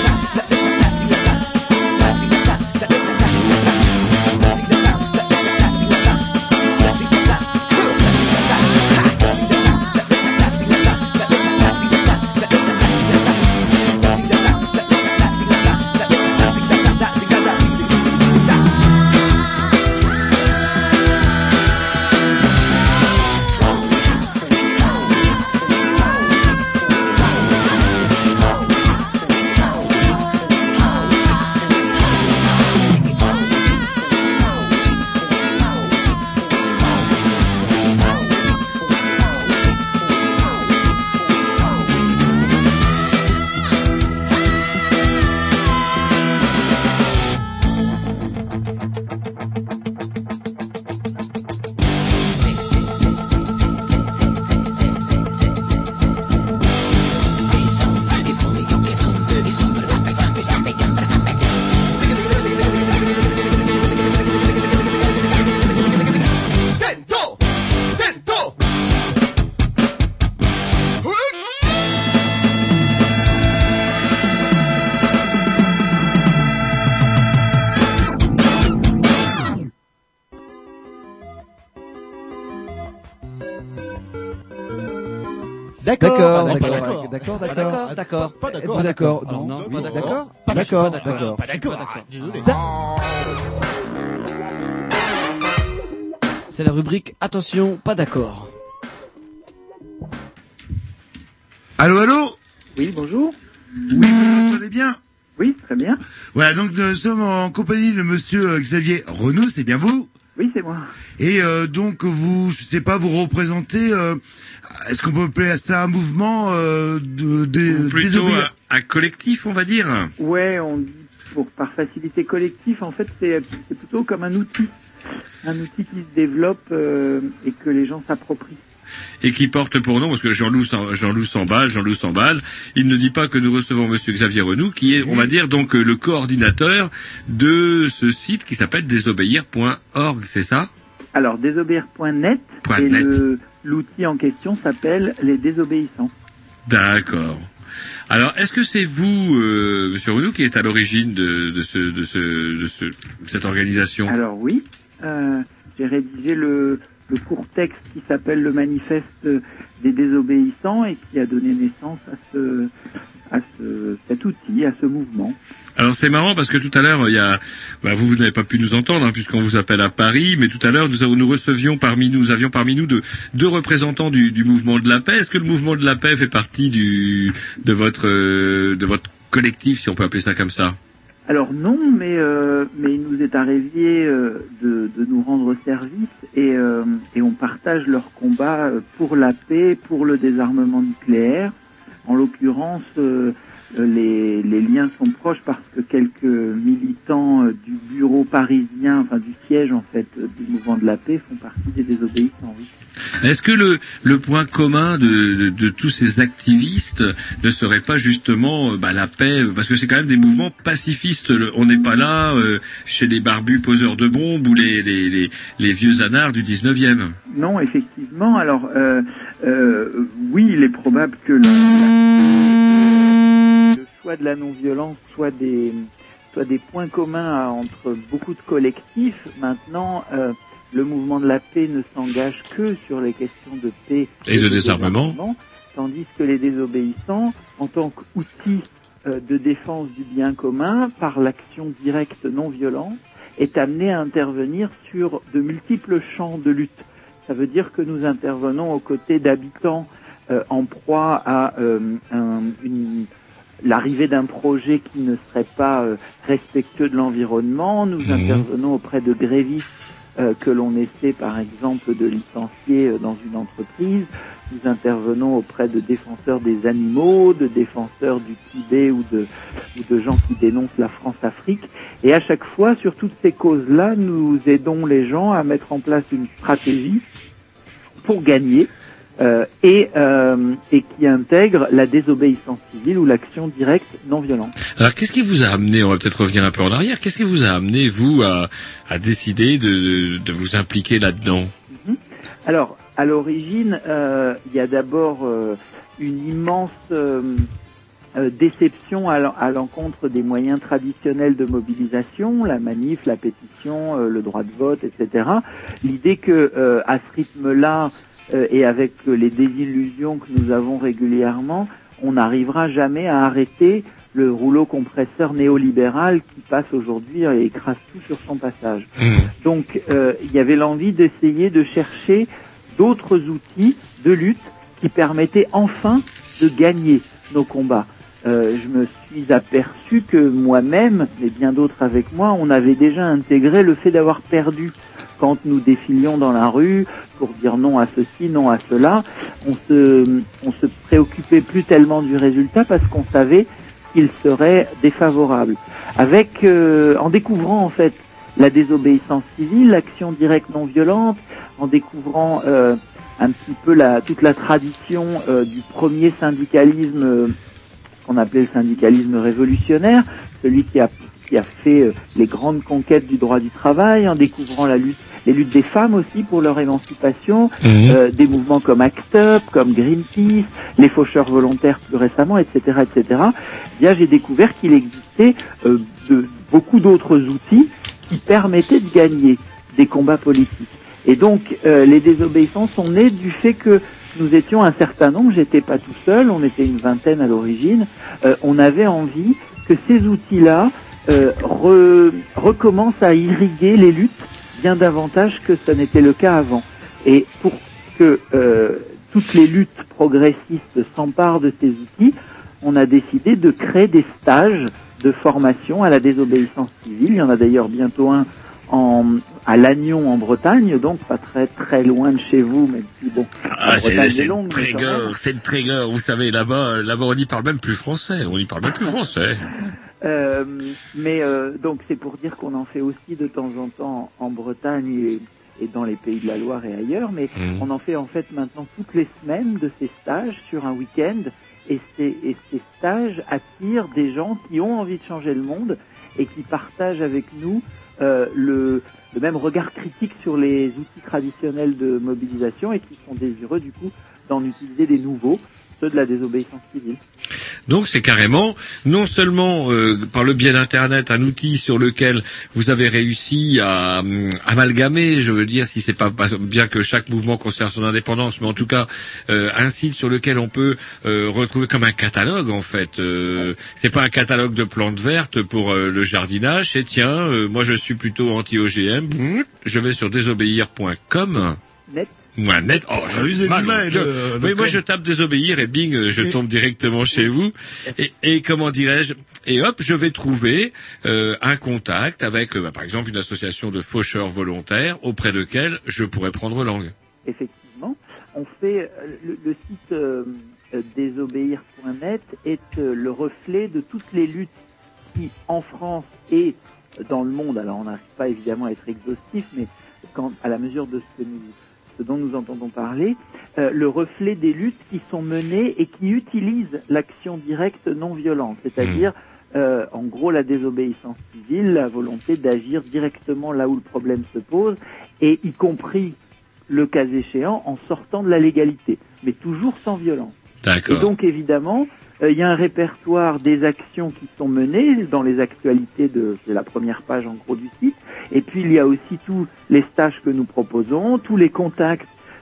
D'accord. Pas d'accord. Non. Pas d'accord. Pas d'accord. Désolé. C'est la rubrique Attention, pas d'accord. Allô? Oui, bonjour. Oui, vous m'entendez bien? Oui, très bien. Voilà, donc nous sommes en compagnie de monsieur Xavier Renaud, c'est bien vous? Oui, c'est moi. Et donc vous, je sais pas, vous représentez, est-ce qu'on peut appeler ça un mouvement plutôt un collectif, on va dire? Ouais, on dit par facilité collectif, en fait, c'est plutôt comme un outil qui se développe et que les gens s'approprient. Et qui porte pour nom, parce que Jean-Loup s'emballe, il ne dit pas que nous recevons monsieur Xavier Renaud, qui est, on va dire, donc le coordinateur de ce site qui s'appelle désobéir.org, c'est ça? Alors, désobéir.net, et l'outil en question s'appelle les désobéissants. D'accord. Alors, est-ce que c'est vous, monsieur Renaud, qui est à l'origine de cette organisation? Alors oui, j'ai rédigé le court texte qui s'appelle le manifeste des désobéissants et qui a donné naissance à cet outil, à ce mouvement. Alors c'est marrant parce que tout à l'heure, vous n'avez pas pu nous entendre puisqu'on vous appelle à Paris, mais tout à l'heure nous avions parmi nous deux représentants du mouvement de la paix. Est-ce que le mouvement de la paix fait partie de votre collectif, si on peut appeler ça comme ça? Alors non, mais il nous est arrivé de nous rendre service et on partage leur combat pour la paix, pour le désarmement nucléaire. En l'occurrence, les liens sont proches parce que quelques militants du bureau parisien, enfin du siège en fait du mouvement de la paix font partie des désobéissants. Oui. Est-ce que le point commun de tous ces activistes ne serait pas justement la paix, parce que c'est quand même des mouvements pacifistes. On n'est pas là chez les barbus poseurs de bombes ou les vieux anards du 19e. Non, effectivement. Alors oui, il est probable que le choix de la non-violence soit des points communs entre beaucoup de collectifs. Maintenant, le mouvement de la paix ne s'engage que sur les questions de paix et de désarmement, tandis que les désobéissants, en tant qu'outil de défense du bien commun, par l'action directe non violente, est amené à intervenir sur de multiples champs de lutte. Ça veut dire que nous intervenons aux côtés d'habitants en proie à l'arrivée d'un projet qui ne serait pas respectueux de l'environnement. Nous intervenons auprès de grévistes que l'on essaie par exemple de licencier dans une entreprise. Nous intervenons auprès de défenseurs des animaux, de défenseurs du Tibet ou de gens qui dénoncent la France-Afrique. Et à chaque fois, sur toutes ces causes-là, nous aidons les gens à mettre en place une stratégie pour gagner et qui intègre la désobéissance civile ou l'action directe non violente. Alors, qu'est-ce qui vous a amené, on va peut-être revenir un peu en arrière, qu'est-ce qui vous a amené, vous, à décider de vous impliquer là-dedans? Alors, à l'origine, il y a d'abord une immense déception à l'encontre des moyens traditionnels de mobilisation, la manif, la pétition, le droit de vote, etc. L'idée que à ce rythme-là, et avec les désillusions que nous avons régulièrement, on n'arrivera jamais à arrêter le rouleau compresseur néolibéral qui passe aujourd'hui et écrase tout sur son passage. Donc, il y avait l'envie d'essayer de chercher d'autres outils de lutte qui permettaient enfin de gagner nos combats. Je me suis aperçu que moi-même, et bien d'autres avec moi, on avait déjà intégré le fait d'avoir perdu. Quand nous défilions dans la rue pour dire non à ceci, non à cela, on se préoccupait plus tellement du résultat parce qu'on savait qu'il serait défavorable. En découvrant en fait la désobéissance civile, l'action directe non violente, en découvrant un petit peu toute la tradition du premier syndicalisme qu'on appelait le syndicalisme révolutionnaire, celui qui a fait les grandes conquêtes du droit du travail, en découvrant les luttes des femmes aussi pour leur émancipation, des mouvements comme ACT UP, comme Greenpeace, les faucheurs volontaires plus récemment, etc., etc. Bien, j'ai découvert qu'il existait beaucoup d'autres outils qui permettaient de gagner des combats politiques. Et donc, les désobéissants sont nés du fait que nous étions un certain nombre, j'étais pas tout seul, on était une vingtaine à l'origine, on avait envie que ces outils-là recommencent à irriguer les luttes bien davantage que ce n'était le cas avant. Et pour que toutes les luttes progressistes s'emparent de ces outils, on a décidé de créer des stages de formation à la désobéissance civile. Il y en a d'ailleurs bientôt un à Lannion en Bretagne, donc pas très très loin de chez vous, même si bon. C'est le Trégor, vous savez, là-bas on n'y parle même plus français, donc c'est pour dire qu'on en fait aussi de temps en temps en Bretagne et dans les pays de la Loire et ailleurs, mais on en fait en fait maintenant toutes les semaines de ces stages sur un week-end, et ces stages attirent des gens qui ont envie de changer le monde et qui partagent avec nous le même regard critique sur les outils traditionnels de mobilisation et qui sont désireux du coup d'en utiliser des nouveaux, ceux de la désobéissance civile. Donc c'est carrément, non seulement par le biais d'Internet, un outil sur lequel vous avez réussi à amalgamer, je veux dire, si c'est pas bien que chaque mouvement conserve son indépendance, mais en tout cas un site sur lequel on peut retrouver comme un catalogue en fait. C'est pas un catalogue de plantes vertes pour le jardinage, c'est tiens, moi je suis plutôt anti-OGM, je vais sur désobéir.com. Net. Oh, j'ai mal. Oui, moi je tape désobéir et bing, je tombe directement chez vous. Et comment dirais-je? Et hop, je vais trouver un contact avec, par exemple, une association de faucheurs volontaires auprès de laquelle je pourrais prendre langue. Effectivement, on fait le site désobéir.net est le reflet de toutes les luttes qui, en France et dans le monde, alors on n'arrive pas évidemment à être exhaustif, mais à la mesure de ce dont nous entendons parler, le reflet des luttes qui sont menées et qui utilisent l'action directe non violente, c'est-à-dire en gros la désobéissance civile, la volonté d'agir directement là où le problème se pose, et y compris, le cas échéant, en sortant de la légalité, mais toujours sans violence. D'accord. Et donc évidemment, il y a un répertoire des actions qui sont menées dans les actualités c'est la première page en gros du site. Et puis il y a aussi tous les stages que nous proposons, tous les contacts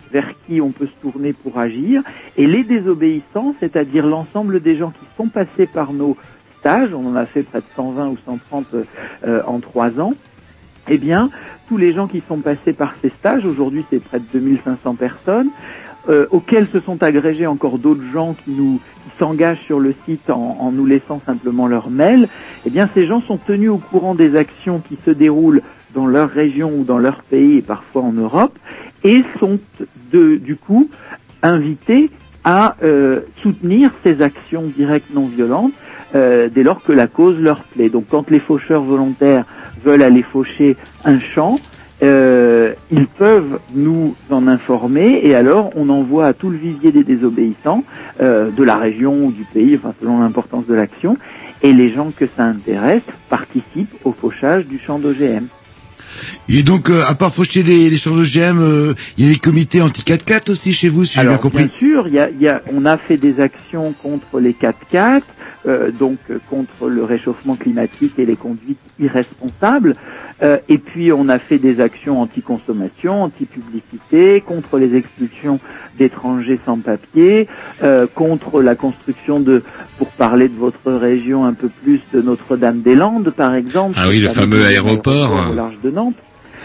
vers qui on peut se tourner pour agir. Et les désobéissants, c'est-à-dire l'ensemble des gens qui sont passés par nos stages, on en a fait près de 120 ou 130 en 3 ans, eh bien, tous les gens qui sont passés par ces stages, aujourd'hui c'est près de 2500 personnes, auxquels se sont agrégés encore d'autres gens qui s'engagent sur le site en nous laissant simplement leur mail, eh bien ces gens sont tenus au courant des actions qui se déroulent dans leur région ou dans leur pays et parfois en Europe, et sont du coup invités à soutenir ces actions directes non violentes dès lors que la cause leur plaît. Donc quand les faucheurs volontaires veulent aller faucher un champ, ils peuvent nous en informer, et alors on envoie à tout le vivier des désobéissants de la région ou du pays, enfin selon l'importance de l'action, et les gens que ça intéresse participent au fauchage du champ d'OGM. Et donc, à part faucher les champs d'OGM, il y a des comités anti-4x4 aussi chez vous, si j'ai bien compris. Bien sûr, on a fait des actions contre les 4x4, donc contre le réchauffement climatique et les conduites irresponsables. Et puis on a fait des actions anti-consommation, anti-publicité, contre les expulsions d'étrangers sans papier, contre la construction pour parler de votre région un peu plus, de Notre-Dame-des-Landes par exemple. Ah oui, le fameux aéroport. Au large de Nantes.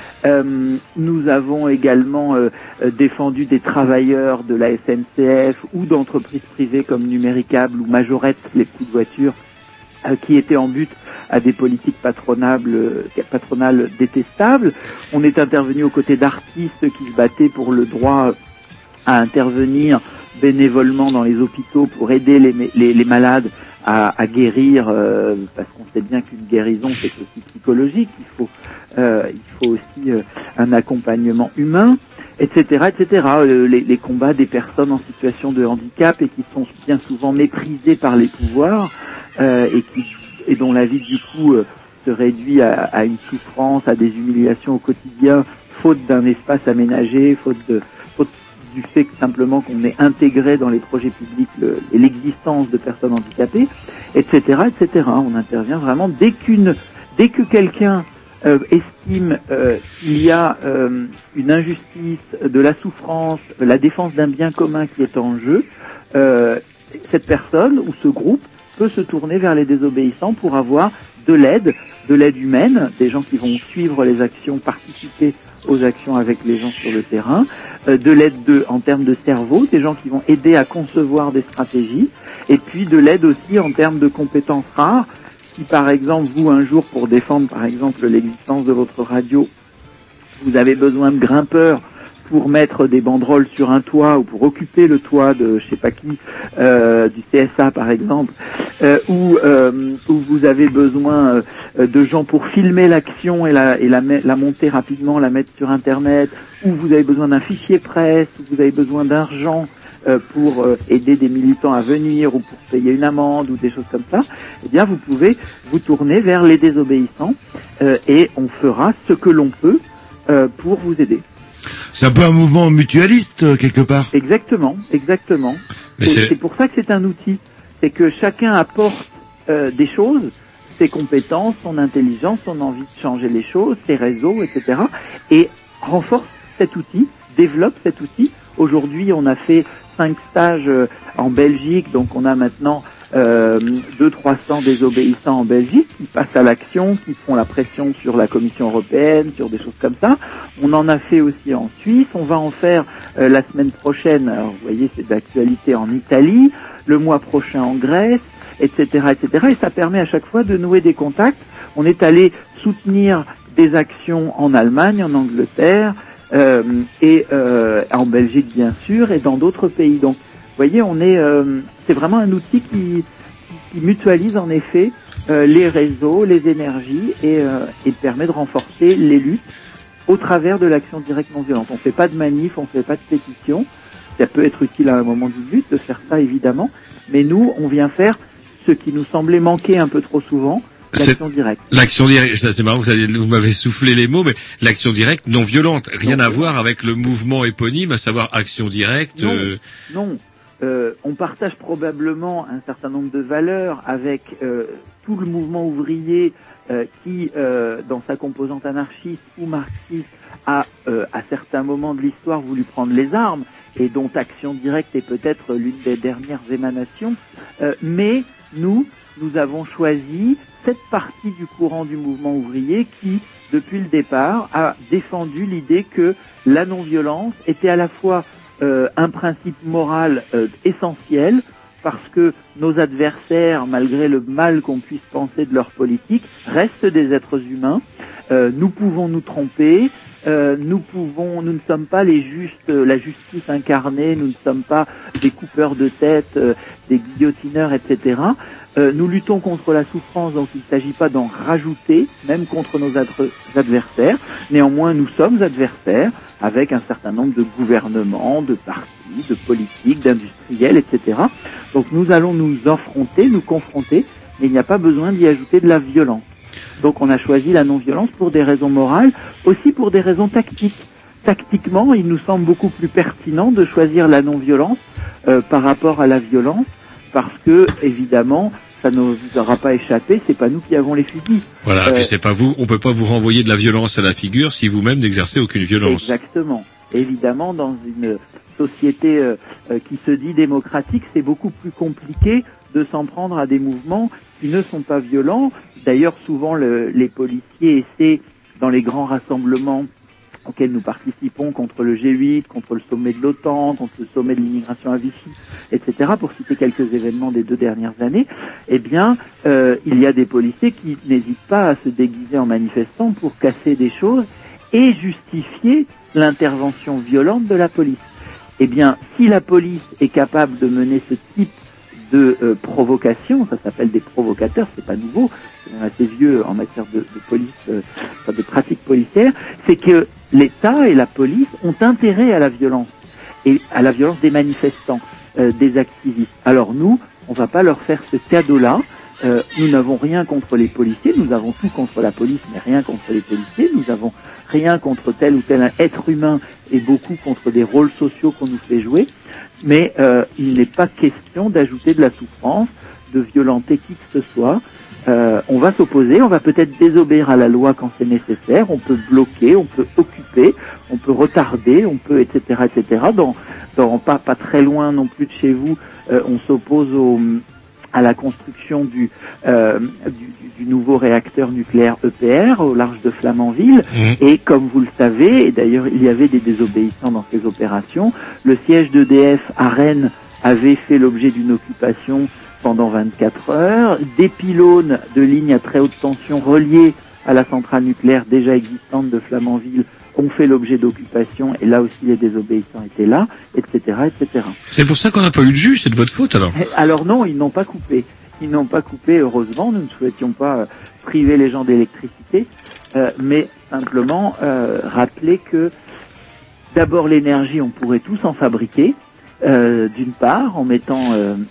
Nous avons également défendu des travailleurs de la SNCF ou d'entreprises privées comme Numéricable ou Majorette, les petites voitures, qui étaient en but à des politiques patronales détestables. On est intervenu aux côtés d'artistes qui se battaient pour le droit à intervenir bénévolement dans les hôpitaux pour aider les malades à guérir, parce qu'on sait bien qu'une guérison c'est aussi psychologique, il faut aussi un accompagnement humain, etc., etc. Les combats des personnes en situation de handicap et qui sont bien souvent méprisées par les pouvoirs et dont la vie du coup se réduit à une souffrance, à des humiliations au quotidien, faute d'un espace aménagé, faute du fait que simplement qu'on ait intégré dans les projets publics l'existence de personnes handicapées, etc., etc. On intervient vraiment dès que quelqu'un estime qu'il y a une injustice, de la souffrance, la défense d'un bien commun qui est en jeu, cette personne ou ce groupe peut se tourner vers les désobéissants pour avoir de l'aide humaine, des gens qui vont suivre les actions, participer aux actions avec les gens sur le terrain, de l'aide en termes de cerveau, des gens qui vont aider à concevoir des stratégies, et puis de l'aide aussi en termes de compétences rares. Si par exemple vous un jour, pour défendre par exemple l'existence de votre radio, vous avez besoin de grimpeurs pour mettre des banderoles sur un toit ou pour occuper le toit de je sais pas qui, du CSA par exemple, ou vous avez besoin de gens pour filmer l'action et la monter rapidement, la mettre sur internet, ou vous avez besoin d'un fichier presse, ou vous avez besoin d'argent pour aider des militants à venir ou pour payer une amende ou des choses comme ça, eh bien vous pouvez vous tourner vers les désobéissants et on fera ce que l'on peut pour vous aider. C'est un peu un mouvement mutualiste quelque part. Exactement. C'est pour ça que c'est un outil. C'est que chacun apporte des choses, ses compétences, son intelligence, son envie de changer les choses, ses réseaux, etc. et renforce cet outil, développe cet outil. Aujourd'hui, on a fait 5 stages en Belgique, donc on a maintenant 200-300 désobéissants en Belgique qui passent à l'action, qui font la pression sur la Commission européenne, sur des choses comme ça. On en a fait aussi en Suisse, on va en faire la semaine prochaine, alors vous voyez c'est d'actualité, en Italie, le mois prochain en Grèce, etc., etc. Et ça permet à chaque fois de nouer des contacts. On est allé soutenir des actions en Allemagne, en Angleterre, et en Belgique bien sûr, et dans d'autres pays. Donc vous voyez, c'est vraiment un outil qui mutualise en effet les réseaux, les énergies et permet de renforcer les luttes au travers de l'action directe non violente. On ne fait pas de manif, on ne fait pas de pétition. Ça peut être utile à un moment du but de faire ça évidemment, mais nous on vient faire ce qui nous semblait manquer un peu trop souvent. L'action directe. L'action directe, c'est marrant, vous m'avez soufflé les mots, mais l'action directe non violente, rien à voir avec le mouvement éponyme, à savoir action directe. Non. on partage probablement un certain nombre de valeurs avec tout le mouvement ouvrier qui, dans sa composante anarchiste ou marxiste, a, à certains moments de l'histoire, voulu prendre les armes, et dont Action Directe est peut-être l'une des dernières émanations. Mais nous avons choisi cette partie du courant du mouvement ouvrier qui, depuis le départ, a défendu l'idée que la non-violence était à la fois un principe moral essentiel, parce que nos adversaires, malgré le mal qu'on puisse penser de leur politique, restent des êtres humains. Nous pouvons nous tromper, nous ne sommes pas la justice incarnée, nous ne sommes pas des coupeurs de tête, des guillotineurs, etc. Nous luttons contre la souffrance, donc il ne s'agit pas d'en rajouter, même contre nos adversaires. Néanmoins, nous sommes adversaires avec un certain nombre de gouvernements, de partis, de politiques, d'industriels, etc. Donc nous allons nous affronter, nous confronter, mais il n'y a pas besoin d'y ajouter de la violence. Donc on a choisi la non-violence pour des raisons morales, aussi pour des raisons tactiques. Tactiquement, il nous semble beaucoup plus pertinent de choisir la non-violence par rapport à la violence, parce que, évidemment, ça ne vous aura pas échappé, c'est pas nous qui avons les fusils. Voilà, puis c'est pas vous, on peut pas vous renvoyer de la violence à la figure si vous-même n'exercez aucune violence. Exactement. Évidemment, dans une société qui se dit démocratique, c'est beaucoup plus compliqué de s'en prendre à des mouvements qui ne sont pas violents. D'ailleurs, souvent, les policiers essaient, dans les grands rassemblements auxquels nous participons, contre le G8, contre le sommet de l'OTAN, contre le sommet de l'immigration à Vichy, etc., pour citer quelques événements des 2 dernières années, eh bien, il y a des policiers qui n'hésitent pas à se déguiser en manifestants pour casser des choses et justifier l'intervention violente de la police. Eh bien, si la police est capable de mener ce type de provocation, ça s'appelle des provocateurs, c'est pas nouveau, c'est même assez vieux en matière de police, de pratique policière, c'est que l'État et la police ont intérêt à la violence, et à la violence des manifestants, des activistes. Alors nous, on va pas leur faire ce cadeau-là. Nous n'avons rien contre les policiers, nous avons tout contre la police, mais rien contre les policiers. Nous avons rien contre tel ou tel être humain et beaucoup contre des rôles sociaux qu'on nous fait jouer. Mais il n'est pas question d'ajouter de la souffrance, de violenter qui que ce soit. On va s'opposer, on va peut-être désobéir à la loi quand c'est nécessaire, on peut bloquer, on peut occuper, on peut retarder, on peut, etc., etc. Dans pas très loin non plus de chez vous, on s'oppose à la construction du nouveau réacteur nucléaire EPR au large de Flamanville. Et comme vous le savez, et d'ailleurs il y avait des désobéissants dans ces opérations, le siège d'EDF à Rennes avait fait l'objet d'une occupation pendant 24 heures. Des pylônes de lignes à très haute tension reliés à la centrale nucléaire déjà existante de Flamanville ont fait l'objet d'occupation, et là aussi les désobéissants étaient là, etc., etc. C'est pour ça qu'on n'a pas eu de jus, c'est de votre faute alors? Alors non, ils n'ont pas coupé. Ils n'ont pas coupé, heureusement, nous ne souhaitions pas priver les gens d'électricité, mais simplement rappeler que d'abord l'énergie, on pourrait tous en fabriquer, d'une part, en mettant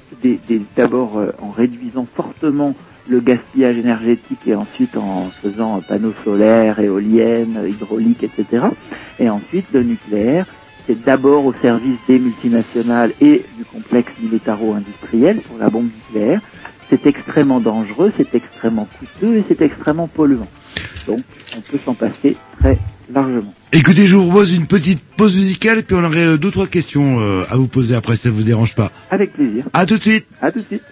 d'abord en réduisant fortement le gaspillage énergétique et ensuite en faisant panneaux solaires, éoliennes, hydrauliques, etc. Et ensuite, le nucléaire, c'est d'abord au service des multinationales et du complexe militaro-industriel pour la bombe nucléaire. C'est extrêmement dangereux, c'est extrêmement coûteux et c'est extrêmement polluant. Donc, on peut s'en passer très largement. Écoutez, je vous propose une petite pause musicale et puis on aurait 2-3 questions à vous poser après, ça vous dérange pas? Avec plaisir. À tout de suite. À tout de suite.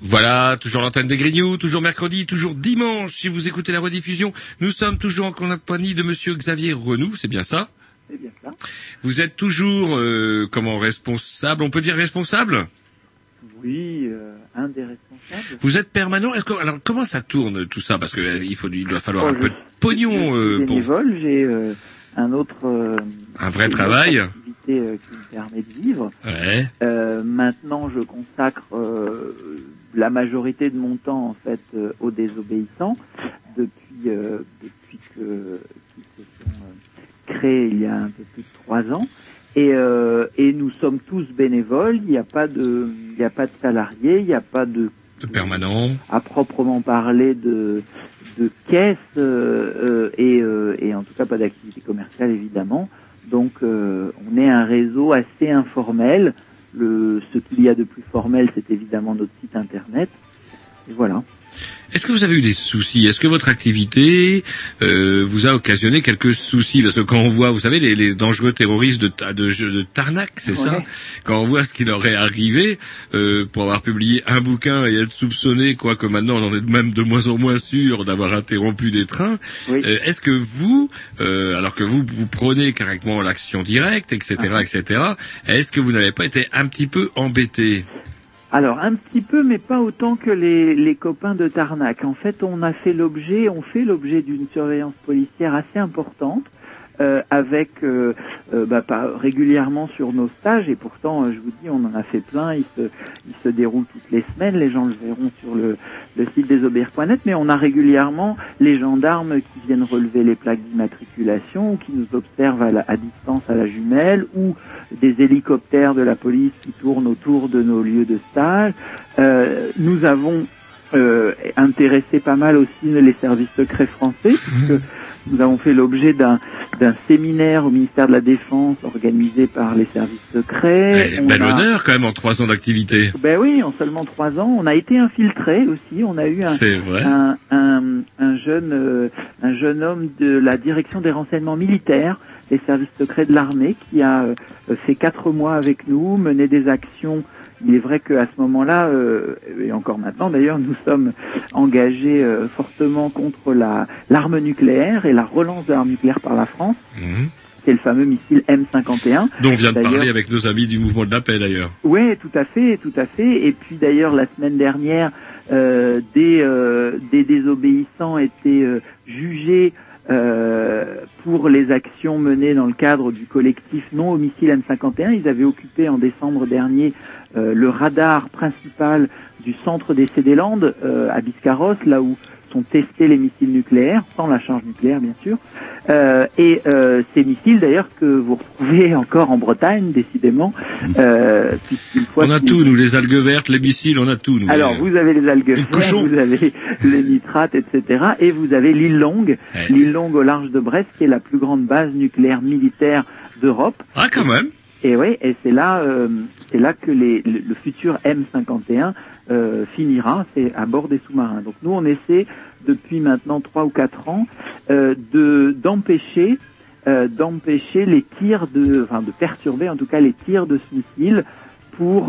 Voilà, toujours l'antenne des Grignoux, toujours mercredi, toujours dimanche. Si vous écoutez la rediffusion, nous sommes toujours en compagnie de monsieur Xavier Renoux, c'est bien ça? C'est bien ça. Vous êtes toujours, responsable? On peut dire responsable? Oui, un des responsables. Vous êtes permanent? Alors, comment ça tourne tout ça? Parce que il doit falloir un peu de pognon pour. J'ai un autre. Un vrai travail. Qui me permet de vivre. Ouais. Maintenant, je consacre la majorité de mon temps en fait aux désobéissants depuis qu'ils se sont créés il y a un peu plus de 3 ans. Et nous sommes tous bénévoles. Il n'y a pas de salariés, il n'y a pas de permanent à proprement parler de caisse et en tout cas pas d'activité commerciale évidemment. Donc on est un réseau assez informel. Ce qu'il y a de plus formel, c'est évidemment notre site internet. Et voilà. Est-ce que vous avez eu des soucis? Est-ce que votre activité vous a occasionné quelques soucis? Parce que quand on voit, vous savez, les dangereux terroristes de Tarnac, c'est ça? Quand on voit ce qui leur est arrivé, pour avoir publié un bouquin et être soupçonné, quoique maintenant on en est même de moins en moins sûr d'avoir interrompu des trains, est-ce que vous, alors que vous prenez carrément l'action directe, etc., etc., est-ce que vous n'avez pas été un petit peu embêté? Alors un petit peu, mais pas autant que les copains de Tarnac. En fait, on fait l'objet d'une surveillance policière assez importante, avec régulièrement sur nos stages. Et pourtant, je vous dis, on en a fait plein. Il se déroule toutes les semaines. Les gens le verront sur le site désobéir.net. Mais on a régulièrement les gendarmes qui viennent relever les plaques d'immatriculation, ou qui nous observent à distance à la jumelle, ou des hélicoptères de la police qui tournent autour de nos lieux de stage. Nous avons intéressé pas mal aussi les services secrets français, puisque nous avons fait l'objet d'un séminaire au ministère de la Défense organisé par les services secrets. Bel honneur quand même en 3 ans d'activité. Ben oui, en seulement 3 ans, on a été infiltrés aussi. On a eu un jeune homme de la direction des renseignements militaires, les services secrets de l'armée, qui a fait 4 mois avec nous, mené des actions. Il est vrai qu'à ce moment-là, et encore maintenant d'ailleurs, nous sommes engagés fortement contre l'arme nucléaire et la relance de l'arme nucléaire par la France. C'est le fameux missile M51. Dont on vient de parler avec nos amis du mouvement de la paix d'ailleurs. Oui, tout à fait. Et puis d'ailleurs, la semaine dernière, des désobéissants étaient jugés pour les actions menées dans le cadre du collectif non au missile M51. Ils avaient occupé en décembre dernier le radar principal du centre d'essai des Landes à Biscarrosse, là où sont testés les missiles nucléaires, sans la charge nucléaire bien sûr. Ces missiles d'ailleurs que vous retrouvez encore en Bretagne, décidément. On a tout, nous, les algues vertes, les missiles, on a tout. Nous, alors vous avez les algues vertes, vous avez les nitrates, etc. Et vous avez l'île Longue, l'île Longue au large de Brest, qui est la plus grande base nucléaire militaire d'Europe. Ah, quand même. Et oui, et c'est là que le futur M51 finira, c'est à bord des sous-marins. Donc nous, on essaie depuis maintenant 3 ou 4 ans d'empêcher les tirs de perturber en tout cas les tirs de ce missile pour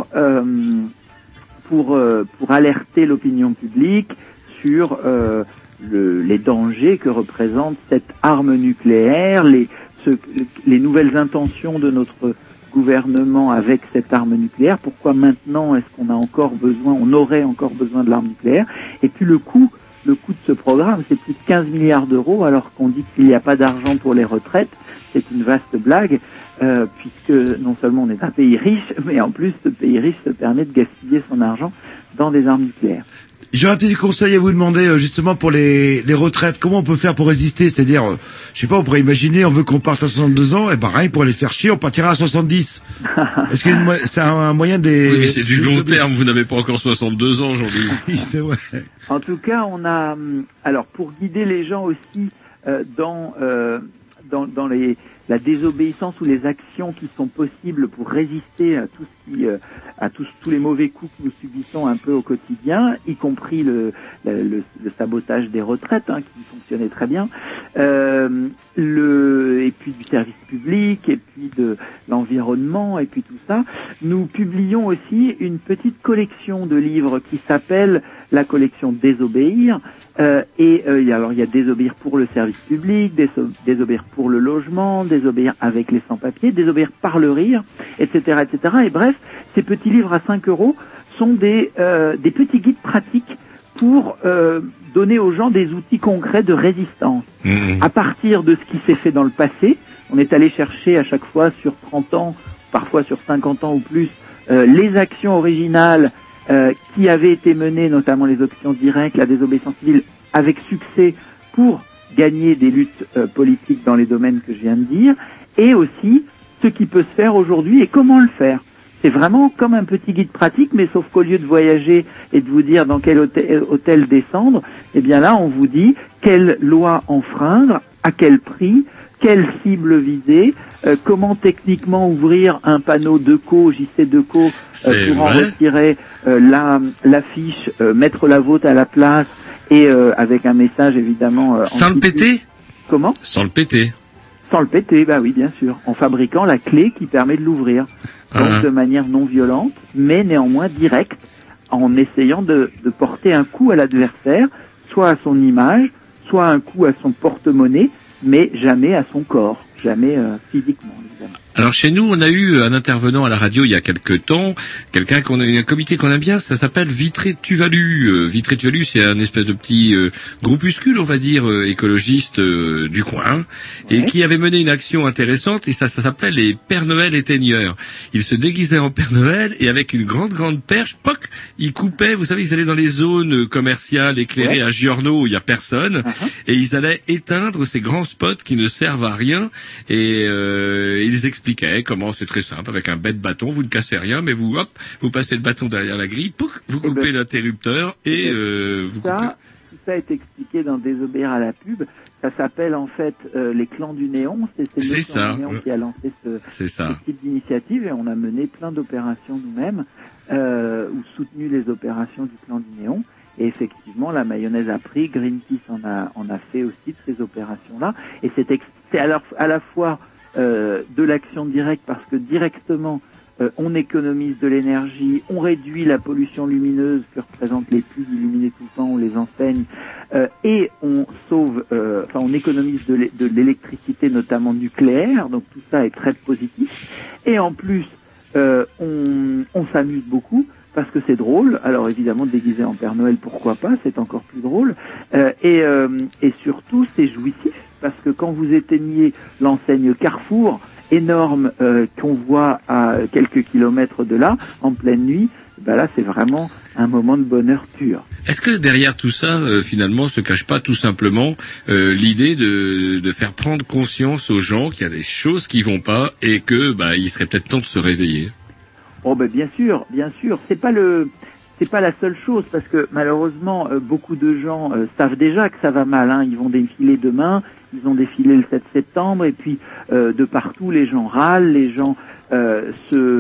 alerter l'opinion publique sur les dangers que représente cette arme nucléaire, les nouvelles intentions de notre gouvernement avec cette arme nucléaire. Pourquoi maintenant est-ce qu'on aurait encore besoin de l'arme nucléaire? Et puis le coût de ce programme, c'est plus de 15 milliards d'euros, alors qu'on dit qu'il n'y a pas d'argent pour les retraites. C'est une vaste blague, puisque non seulement on est un pays riche, mais en plus ce pays riche se permet de gaspiller son argent dans des armes nucléaires. J'aurais un petit conseil à vous demander justement pour les retraites. Comment on peut faire pour résister? C'est-à-dire, je sais pas, on pourrait imaginer, on veut qu'on parte à 62 ans, et rien pour les faire chier, on partira à 70. Est-ce que c'est un moyen des... Oui, mais c'est du long terme, vous n'avez pas encore 62 ans, Jean-Louis. Oui, c'est vrai. En tout cas, on a... Alors, pour guider les gens aussi dans la désobéissance ou les actions qui sont possibles pour résister à tous les mauvais coups que nous subissons un peu au quotidien, y compris le sabotage des retraites, qui sont fonctionnait très bien. Et puis du service public, et puis de l'environnement, et puis tout ça. Nous publions aussi une petite collection de livres qui s'appelle la collection Désobéir. Alors il y a Désobéir pour le service public, Désobéir pour le logement, Désobéir avec les sans-papiers, Désobéir par le rire, etc., etc. Et bref, ces petits livres à 5 € sont des petits guides pratiques pour donner aux gens des outils concrets de résistance. À partir de ce qui s'est fait dans le passé, on est allé chercher à chaque fois sur 30 ans, parfois sur 50 ans ou plus, les actions originales qui avaient été menées, notamment les options directes, la désobéissance civile, avec succès pour gagner des luttes politiques dans les domaines que je viens de dire, et aussi ce qui peut se faire aujourd'hui et comment le faire. C'est vraiment comme un petit guide pratique, mais sauf qu'au lieu de voyager et de vous dire dans quel hôtel descendre, eh bien là, on vous dit quelle loi enfreindre, à quel prix, quelle cible viser, comment techniquement ouvrir un panneau Deco, JC Deco, pour en retirer l'affiche, mettre la vôtre à la place, et avec un message évidemment... Sans le péter ? Comment ? Sans le péter. Sans le péter, bah oui, bien sûr, en fabriquant la clé qui permet de l'ouvrir. Donc de manière non violente, mais néanmoins directe, en essayant de porter un coup à l'adversaire, soit à son image, soit un coup à son porte-monnaie, mais jamais à son corps, jamais physiquement, évidemment. Alors chez nous, on a eu un intervenant à la radio il y a quelque temps, un comité qu'on aime bien, ça s'appelle Vitré Tuvalu. Vitré Tuvalu, c'est un espèce de petit groupuscule, on va dire, écologiste du coin, et qui avait mené une action intéressante, et ça s'appelait les Père Noël éteigneurs. Ils se déguisaient en Père Noël, et avec une grande perche, poc, ils coupaient, vous savez, ils allaient dans les zones commerciales éclairées à Giorno où il y a personne, et ils allaient éteindre ces grands spots qui ne servent à rien, et ils expliquaient comment c'est très simple, avec un bête bâton, vous ne cassez rien, mais vous passez le bâton derrière la grille, pouf, vous coupez l'interrupteur et vous coupez. Tout ça est expliqué dans Désobéir à la pub. Ça s'appelle en fait les clans du néon. C'est ça. Du néon qui a lancé ce type d'initiative, et on a mené plein d'opérations nous-mêmes ou soutenu les opérations du clan du néon. Et effectivement, la mayonnaise a pris. Greenpeace en a fait aussi de ces opérations-là. Et c'est à la fois de l'action directe, parce que directement on économise de l'énergie, on réduit la pollution lumineuse que représentent les pubs illuminées tout le temps, on les enseigne, et on sauve, on économise de l'électricité, notamment nucléaire, donc tout ça est très positif. Et en plus, on s'amuse beaucoup, parce que c'est drôle. Alors évidemment, déguisé en Père Noël, pourquoi pas, c'est encore plus drôle. Et surtout, c'est jouissif, parce que quand vous éteignez l'enseigne Carrefour, énorme, qu'on voit à quelques kilomètres de là, en pleine nuit, là c'est vraiment un moment de bonheur pur. Est-ce que derrière tout ça, finalement, se cache pas tout simplement l'idée de faire prendre conscience aux gens qu'il y a des choses qui vont pas, et que il serait peut-être temps de se réveiller? Oh bien sûr. C'est pas la seule chose, parce que malheureusement beaucoup de gens savent déjà que ça va mal, hein. Ils vont défiler demain, ils ont défilé le 7 septembre, et puis de partout les gens râlent, les gens se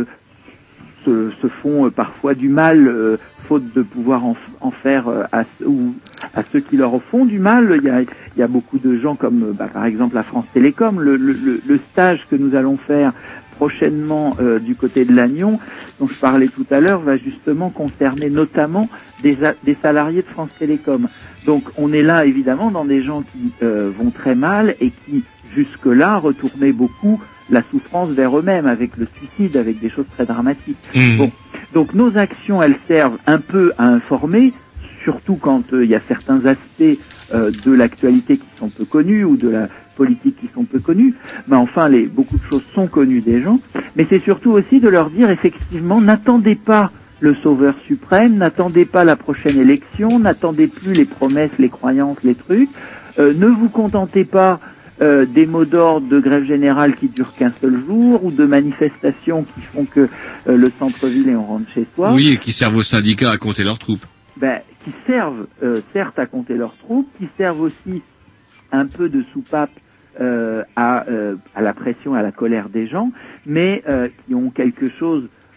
font parfois du mal faute de pouvoir en faire à ceux qui leur font du mal. Il y a beaucoup de gens comme par exemple la France Télécom, le stage que nous allons faire prochainement du côté de Lannion, dont je parlais tout à l'heure, va justement concerner notamment des salariés de France Télécom. Donc on est là évidemment dans des gens qui vont très mal, et qui jusque-là retournaient beaucoup la souffrance vers eux-mêmes, avec le suicide, avec des choses très dramatiques. Bon, donc nos actions, elles servent un peu à informer, surtout quand il y a certains aspects de l'actualité qui sont peu connus, ou de la politique qui sont peu connus, mais enfin beaucoup de choses sont connues des gens, mais c'est surtout aussi de leur dire effectivement, n'attendez pas le sauveur suprême, n'attendez pas la prochaine élection, n'attendez plus les promesses, les croyances, les trucs, ne vous contentez pas des mots d'ordre de grève générale qui durent qu'un seul jour, ou de manifestations qui font que le centre-ville et on rentre chez soi. Oui, et qui servent aux syndicats à compter leurs troupes. Qui servent certes à compter leurs troupes, qui servent aussi un peu de soupape à la pression, à la colère des gens, mais qui ont quelque chose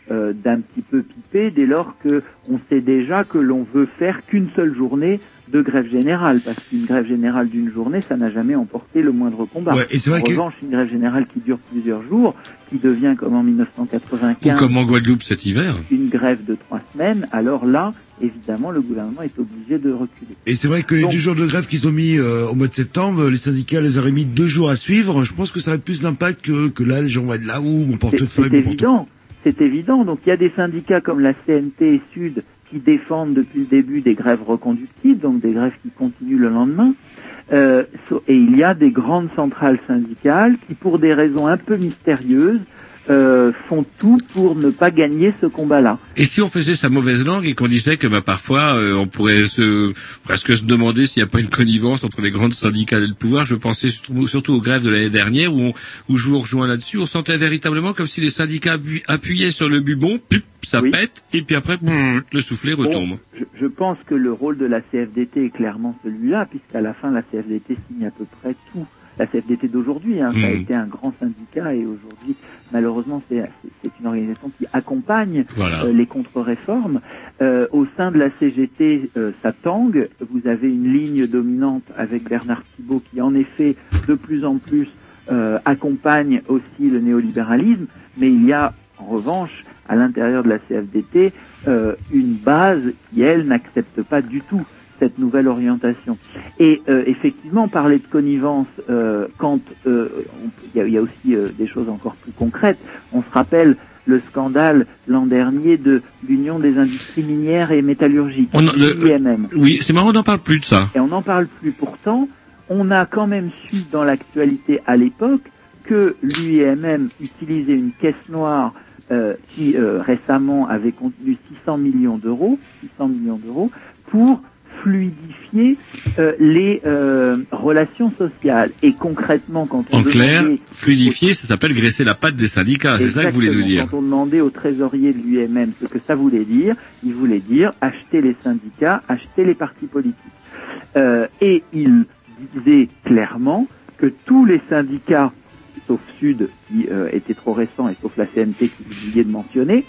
d'un petit peu piper dès lors que on sait déjà que l'on veut faire qu'une seule journée de grève générale, parce qu'une grève générale d'une journée, ça n'a jamais emporté le moindre combat. Ouais, et c'est vrai en revanche, une grève générale qui dure plusieurs jours, qui devient comme en 1995, ou comme en Guadeloupe cet hiver, une grève de 3 semaines, alors là, évidemment, le gouvernement est obligé de reculer. Et c'est vrai que les 2 jours de grève qu'ils ont mis au mois de septembre, les syndicats les auraient mis 2 jours à suivre. Je pense que ça aurait plus d'impact que là, les gens vont être là où mon portefeuille. C'est évident. Donc il y a des syndicats comme la CNT et Sud qui défendent depuis le début des grèves reconductibles, donc des grèves qui continuent le lendemain. Et il y a des grandes centrales syndicales qui, pour des raisons un peu mystérieuses, font tout pour ne pas gagner ce combat-là. Et si on faisait sa mauvaise langue et qu'on disait que parfois on pourrait presque se demander s'il n'y a pas une connivence entre les grandes syndicats et le pouvoir. Je pensais surtout aux grèves de l'année dernière où je vous rejoins là-dessus. On sentait véritablement comme si les syndicats appuyaient sur le bubon, ça pète, et puis après le soufflet retombe. Je pense que le rôle de la CFDT est clairement celui-là, puisqu'à la fin la CFDT signe à peu près tout. La CFDT d'aujourd'hui, ça a été un grand syndicat et aujourd'hui, malheureusement, c'est une organisation qui accompagne les contre-réformes. Au sein de la CGT, ça tangue. Vous avez une ligne dominante avec Bernard Thibault qui, en effet, de plus en plus accompagne aussi le néolibéralisme. Mais il y a, en revanche, à l'intérieur de la CFDT, une base qui, elle, n'accepte pas du tout cette nouvelle orientation. Et effectivement, parler de connivence, quand il y a aussi des choses encore plus concrètes. On se rappelle le scandale l'an dernier de l'Union des industries minières et métallurgiques, l'UIMM. Oui, c'est marrant, on n'en parle plus de ça. Et on n'en parle plus. Pourtant, on a quand même su dans l'actualité à l'époque que l'UIMM utilisait une caisse noire qui récemment avait contenu 600 millions d'euros pour fluidifier les relations sociales. Et concrètement, quand on fluidifier, ça s'appelle graisser la patte des syndicats, c'est ça que vous voulez nous dire. Quand on demandait au trésorier de l'UMM ce que ça voulait dire, il voulait dire acheter les syndicats, acheter les partis politiques. Et il disait clairement que tous les syndicats, sauf Sud, qui était trop récent, et sauf la CNT qui vous oubliez de mentionner,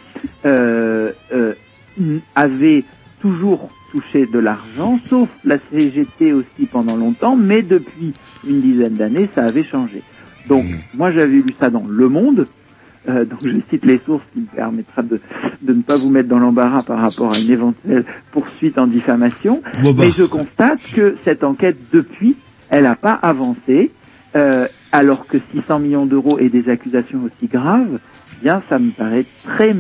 avaient toujours touché de l'argent, sauf la CGT aussi pendant longtemps, mais depuis une dizaine d'années, ça avait changé. Donc, moi j'avais lu ça dans Le Monde, donc je cite les sources qui me permettra de ne pas vous mettre dans l'embarras par rapport à une éventuelle poursuite en diffamation, mais je constate que cette enquête, depuis, elle n'a pas avancé, alors que 600 millions d'euros et des accusations aussi graves, bien ça me paraît très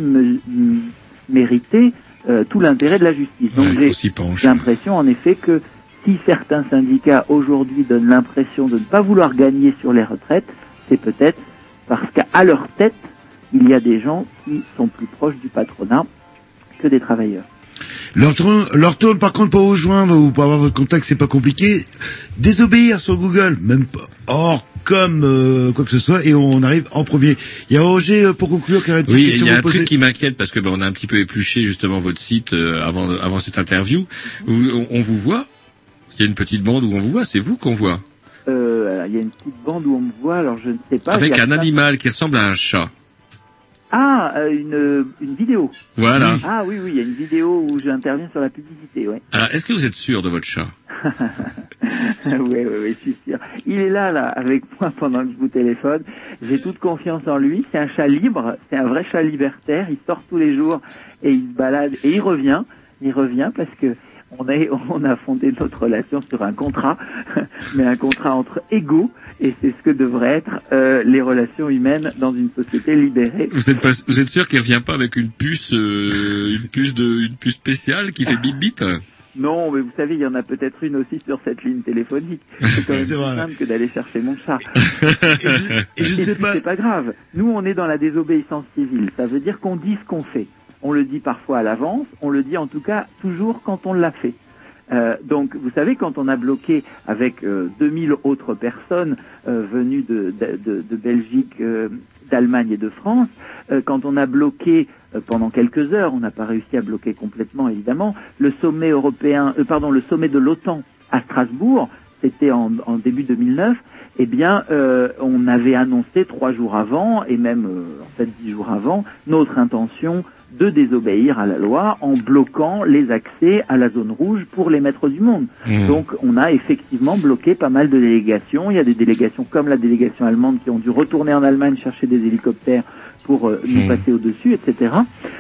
mérité tout l'intérêt de la justice. Donc j'ai l'impression en effet que si certains syndicats aujourd'hui donnent l'impression de ne pas vouloir gagner sur les retraites, c'est peut-être parce qu'à leur tête, il y a des gens qui sont plus proches du patronat que des travailleurs. Leur tourne par contre pour vous joindre ou pour avoir votre contact, c'est pas compliqué. Désobéir sur Google, même pas hors comme quoi que ce soit, et on arrive en premier. Il y a Roger pour conclure qui a une petite question. Oui, il y a un truc qui m'inquiète parce que on a un petit peu épluché justement votre site avant cette interview. On vous voit. Il y a une petite bande où on vous voit. C'est vous qu'on voit. Il y a une petite bande où on me voit. Alors je ne sais pas. Avec un animal qui ressemble à un chat. Ah, une vidéo. Voilà. Ah oui, il y a une vidéo où j'interviens sur la publicité, ouais. Alors, est-ce que vous êtes sûr de votre chat? Oui, je suis sûr. Il est là, avec moi pendant que je vous téléphone. J'ai toute confiance en lui. C'est un chat libre, c'est un vrai chat libertaire. Il sort tous les jours et il se balade et il revient. Il revient parce que on a fondé notre relation sur un contrat, mais un contrat entre égaux. Et c'est ce que devraient être les relations humaines dans une société libérée. Vous êtes sûr qu'il revient pas avec une puce spéciale qui fait bip bip? Non, mais vous savez, il y en a peut-être une aussi sur cette ligne téléphonique. C'est quand même plus simple que d'aller chercher mon chat. et je ne sais pas. C'est pas grave. Nous, on est dans la désobéissance civile. Ça veut dire qu'on dit ce qu'on fait. On le dit parfois à l'avance. On le dit en tout cas toujours quand on l'a fait. Donc, vous savez, quand on a bloqué avec 2000 autres personnes venues de Belgique, d'Allemagne et de France, quand on a bloqué pendant quelques heures, on n'a pas réussi à bloquer complètement évidemment, le sommet européen, le sommet de l'OTAN à Strasbourg, c'était en début 2009, eh bien, on avait annoncé 3 jours avant, et même en fait 10 jours avant, notre intention de désobéir à la loi en bloquant les accès à la zone rouge pour les maîtres du monde. Donc on a effectivement bloqué pas mal de délégations. Il y a des délégations comme la délégation allemande qui ont dû retourner en Allemagne chercher des hélicoptères pour nous passer au-dessus, etc.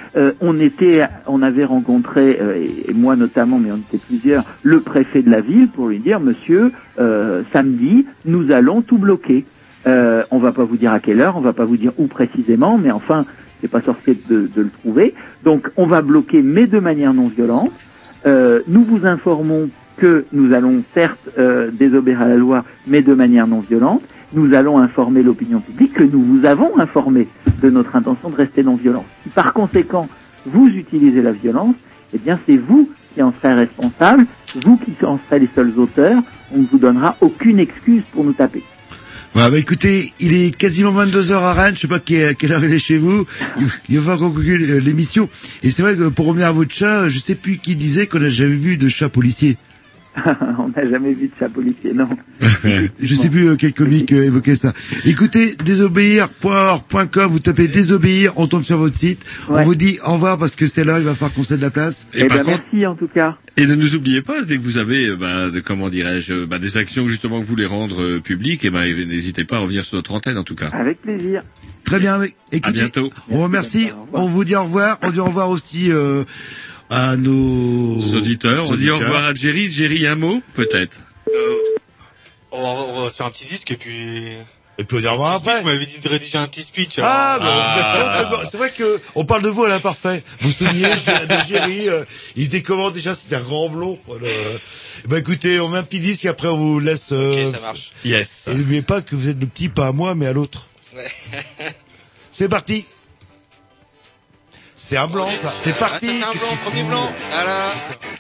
On avait rencontré, et moi notamment, mais on était plusieurs, le préfet de la ville pour lui dire, monsieur, samedi, nous allons tout bloquer. On va pas vous dire à quelle heure, on va pas vous dire où précisément, mais enfin, c'est pas sorcier de le trouver. Donc, on va bloquer, mais de manière non violente. Nous vous informons que nous allons certes désobéir à la loi, mais de manière non violente. Nous allons informer l'opinion publique que nous vous avons informé de notre intention de rester non violente. Si par conséquent, vous utilisez la violence, eh bien c'est vous qui en serez responsable, vous qui en serez les seuls auteurs. On ne vous donnera aucune excuse pour nous taper. Bah écoutez, il est quasiment 22h à Rennes, je sais pas quelle heure il est chez vous, il va falloir qu'on conclue l'émission. Et c'est vrai que pour revenir à votre chat, je sais plus qui disait qu'on n'a jamais vu de chat policier. On n'a jamais vu de chat policier, non. Je sais plus quel comique évoquait ça. Écoutez, désobéir.org.com, vous tapez désobéir, on tombe sur votre site. Ouais. On vous dit au revoir parce que c'est là, il va falloir qu'on cède la place. Et par contre, merci en tout cas. Et ne nous oubliez pas, dès que vous avez, comment dirais-je, des actions justement que vous voulez rendre publiques, n'hésitez pas à revenir sur notre antenne en tout cas. Avec plaisir. Très bien, écoutez, à bientôt. On vous remercie, on vous dit au revoir, on dit au revoir aussi à nos auditeurs. On dit au revoir à Jerry. Jerry, un mot, peut-être. On va se faire un petit disque et puis on dit au revoir après. Vous m'avez dit de rédiger un petit speech. C'est vrai que on parle de vous à l'imparfait. Vous vous souvenez de Jerry, il était comment déjà? C'était un grand blond. Écoutez, on met un petit disque et après on vous laisse. Ok, ça marche. Yes. Et n'oubliez pas que vous êtes le petit, pas à moi, mais à l'autre. Ouais. C'est parti. C'est un blanc, ça. C'est parti. Ça, c'est un blanc, premier blanc. Voilà.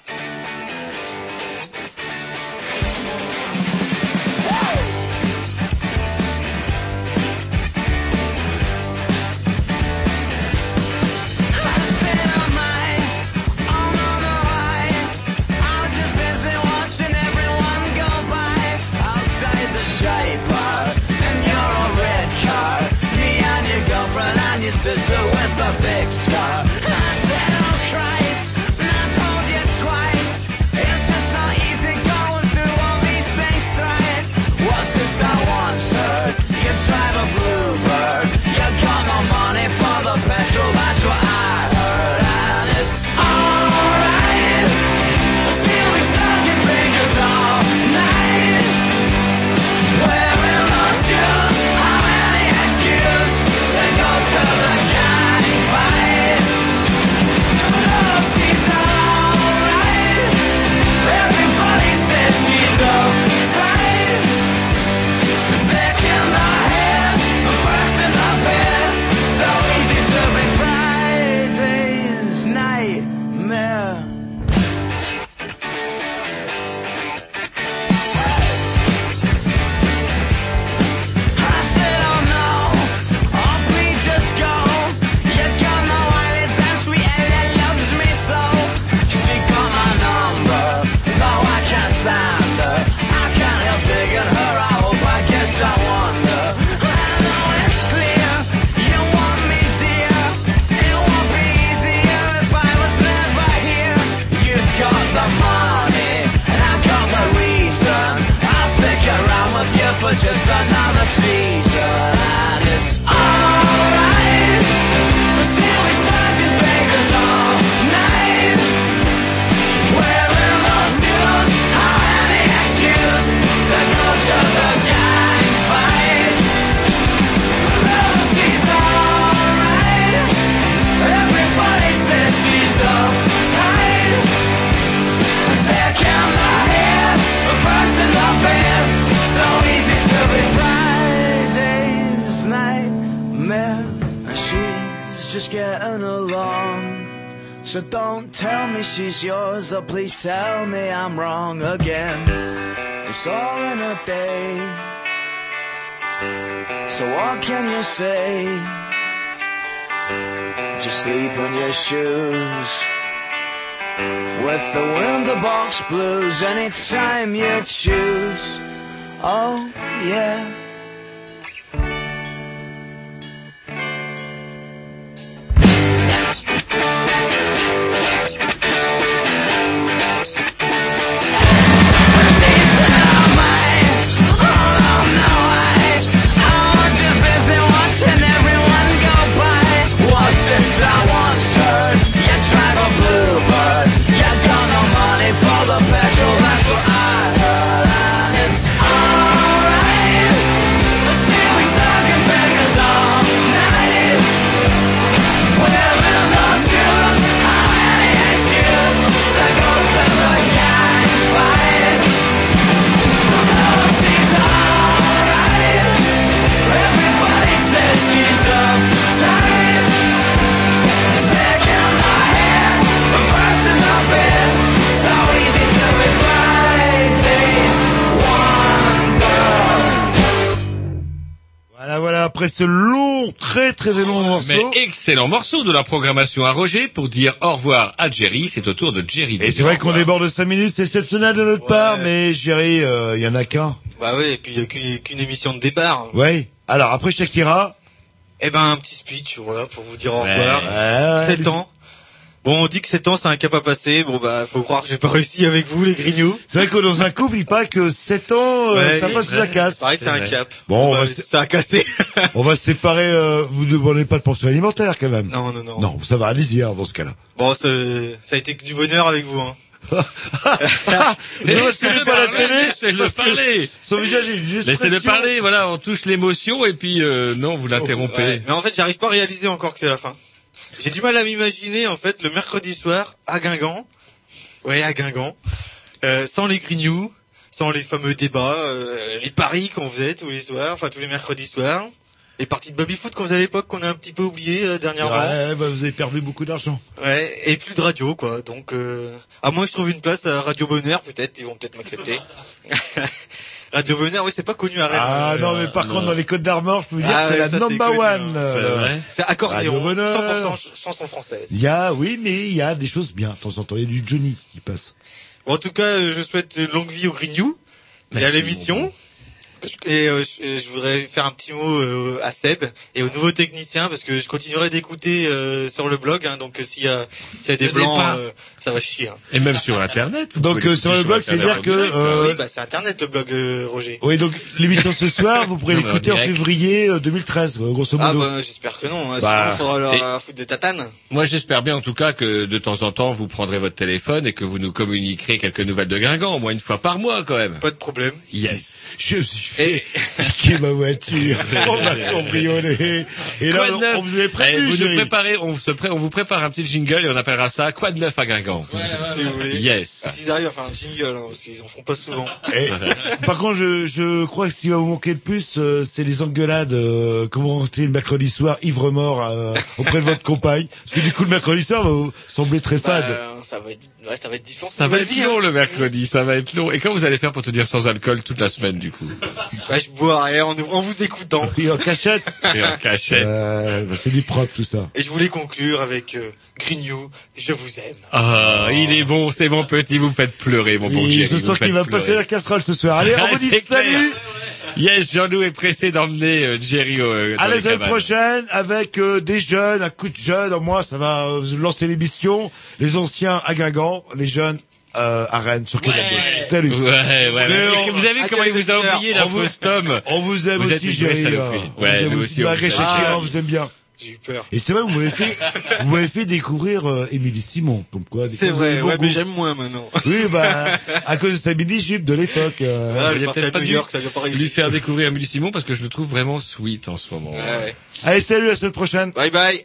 Sister with a big scar. I said, oh Christ, and I told you twice. It's just not easy going through all these things thrice. What's this I once heard? You drive a bluebird. You got no money for the petrol, that's what I heard. And it's alright. See me sucking fingers all night. Wearing those shoes, how many excuses to go to the gang fight? Oh, she's alright. Everybody says she's uptight. Sick in the head, first in the bed. So easy to be Friday's nightmare. I said, oh no, oh please just go. You got no eyelids and sweet Ella loves me so. She got my number, though I can't stand her. I can't help digging her, I hope, I guess, I wonder. I know it's clear, you want me dear. It won't be easier if I was never here. You got the money, and I got the reason. I'll stick around with you for just another season. And it's alright. See we sucking fingers all night. Wearing those shoes, how many excuses to go to the gang fight? So she's alright. Everybody says she's uptight. Sick in the head, first in the bed. So easy to be Friday's nightmare. And she's just getting along. So don't tell me she's yours, or please tell me I'm wrong again. It's all in a day. So what can you say? Just sleep on your shoes. With the window box blues, anytime you choose. Oh yeah. I once heard you drive a bluebird. You got no money for the petrol, that's what I heard. And it's alright. See we sucking fingers all night. We're in the shoes. How many excuse to go to the gang fight? She's alright. Everybody says she's uptight. Voilà, après ce long, très très long morceau. Mais excellent morceau de la programmation à Roger pour dire au revoir à Jerry. C'est au tour de Jerry. Et c'est vrai qu'on déborde de 5 minutes, c'est exceptionnel de notre part, mais Jerry, y en a qu'un. Bah oui, et puis il y a qu'une émission de départ. Ouais. Alors après Shakira. Eh ben un petit speech, voilà, pour vous dire au revoir. 7 ans. Bon, on dit que 7 ans, c'est un cap à passer. Bon, bah, faut croire que j'ai pas réussi avec vous, les grignoux. C'est vrai que dans un couple, il paraît que 7 ans, ça passe sous la casse. C'est vrai que c'est un cap. Bon, ça a cassé. On va se séparer, vous ne demandez pas de pension alimentaire, quand même. Non. Non, ça va, allez-y, dans ce cas-là. Bon, ça a été que du bonheur avec vous, hein. Laissez-le pas la télé, laissez-le parler. Son visage est une expression. Laissez-le parler, voilà, on touche l'émotion et puis, non, vous l'interrompez. Ouais. Mais en fait, j'arrive pas à réaliser encore que c'est la fin. J'ai du mal à m'imaginer, en fait, le mercredi soir, à Guingamp. Ouais, à Guingamp. Sans les grignoux, sans les fameux débats, les paris qu'on faisait tous les soirs, enfin, tous les mercredis soirs. Les parties de baby-foot qu'on faisait à l'époque, qu'on a un petit peu oublié, dernièrement. Ouais, bah, vous avez perdu beaucoup d'argent. Ouais, et plus de radio, quoi. Donc, à moins que je trouve une place à Radio Bonheur, peut-être, ils vont peut-être m'accepter. Radio Bonheur, oui, c'est pas connu à Rennes. Ah non, mais par contre, dans les Côtes d'Armor, je peux vous dire, c'est la number one. C'est vrai. C'est accordéon, 100% chanson française. Oui, mais il y a des choses bien. De temps en temps, il y a du Johnny qui passe. Bon, en tout cas, je souhaite longue vie au Grignou et à l'émission. Et je voudrais faire un petit mot à Seb et aux nouveaux techniciens parce que je continuerai d'écouter sur le blog, hein, donc s'il y a des blancs, ça va chier. Hein. Et même sur Internet. Donc sur le blog, c'est-à-dire que oui, bah c'est Internet le blog, Roger. Oui, donc l'émission ce soir, vous pourrez l'écouter en février 2013, grosso modo. Ah bah j'espère que non. Sinon, il faudra leur foutre des tatanes. Moi, j'espère bien en tout cas que de temps en temps, vous prendrez votre téléphone et que vous nous communiquerez quelques nouvelles de Guingamp, au moins une fois par mois quand même. Pas de problème. Yes. Je suis fait piquer ma voiture, on m'a cambriolé. Et là, on vous avait prévenu. Vous nous préparez, on vous prépare un petit jingle et on appellera ça Quoi de neuf à Guingamp. Si vous voulez. Yes. S'ils arrivent à faire un jingle, hein, parce qu'ils en font pas souvent. Et, par contre, je crois que ce qui va vous manquer le plus, c'est les engueulades que vous rencontrez le mercredi soir, ivre mort, auprès de votre compagne. Parce que du coup, le mercredi soir va vous sembler très fade. Ça va être différent. Ça va être long le mercredi, ça va être long. Et comment vous allez faire pour te dire sans alcool toute la semaine du coup? Bah, je bois rien en vous écoutant. Et en cachette. Et en cachette. C'est du propre tout ça. Et je voulais conclure avec Grignou, je vous aime. Ah, il est bon, c'est mon petit, vous me faites pleurer, mon bon Jerry. Je sens qu'il va passer la casserole ce soir. Allez, on vous dit salut. Yes, Jean-Loup est pressé d'emmener Jerry à la semaine prochaine avec des jeunes, un coup de jeunes. Moi, ça va lancer l'émission. Les anciens à Guingamp, les jeunes à Rennes sur Canal 2. Salut. Ouais. Vous avez vu comment il vous a oublié la fausse tome. On vous aime aussi, Jerry. Ouais, nous aussi. On vous aime bien. J'ai eu peur. Et c'est vrai, vous m'avez fait découvrir Émilie Simon, comme quoi. C'est vrai, ouais, mais j'aime moins maintenant. Oui, bah, à cause de sa mini-jupe de l'époque. Il y a peut-être pas dû lui faire découvrir Émilie Simon parce que je le trouve vraiment sweet en ce moment. Ouais. Allez, salut, à la semaine prochaine. Bye bye.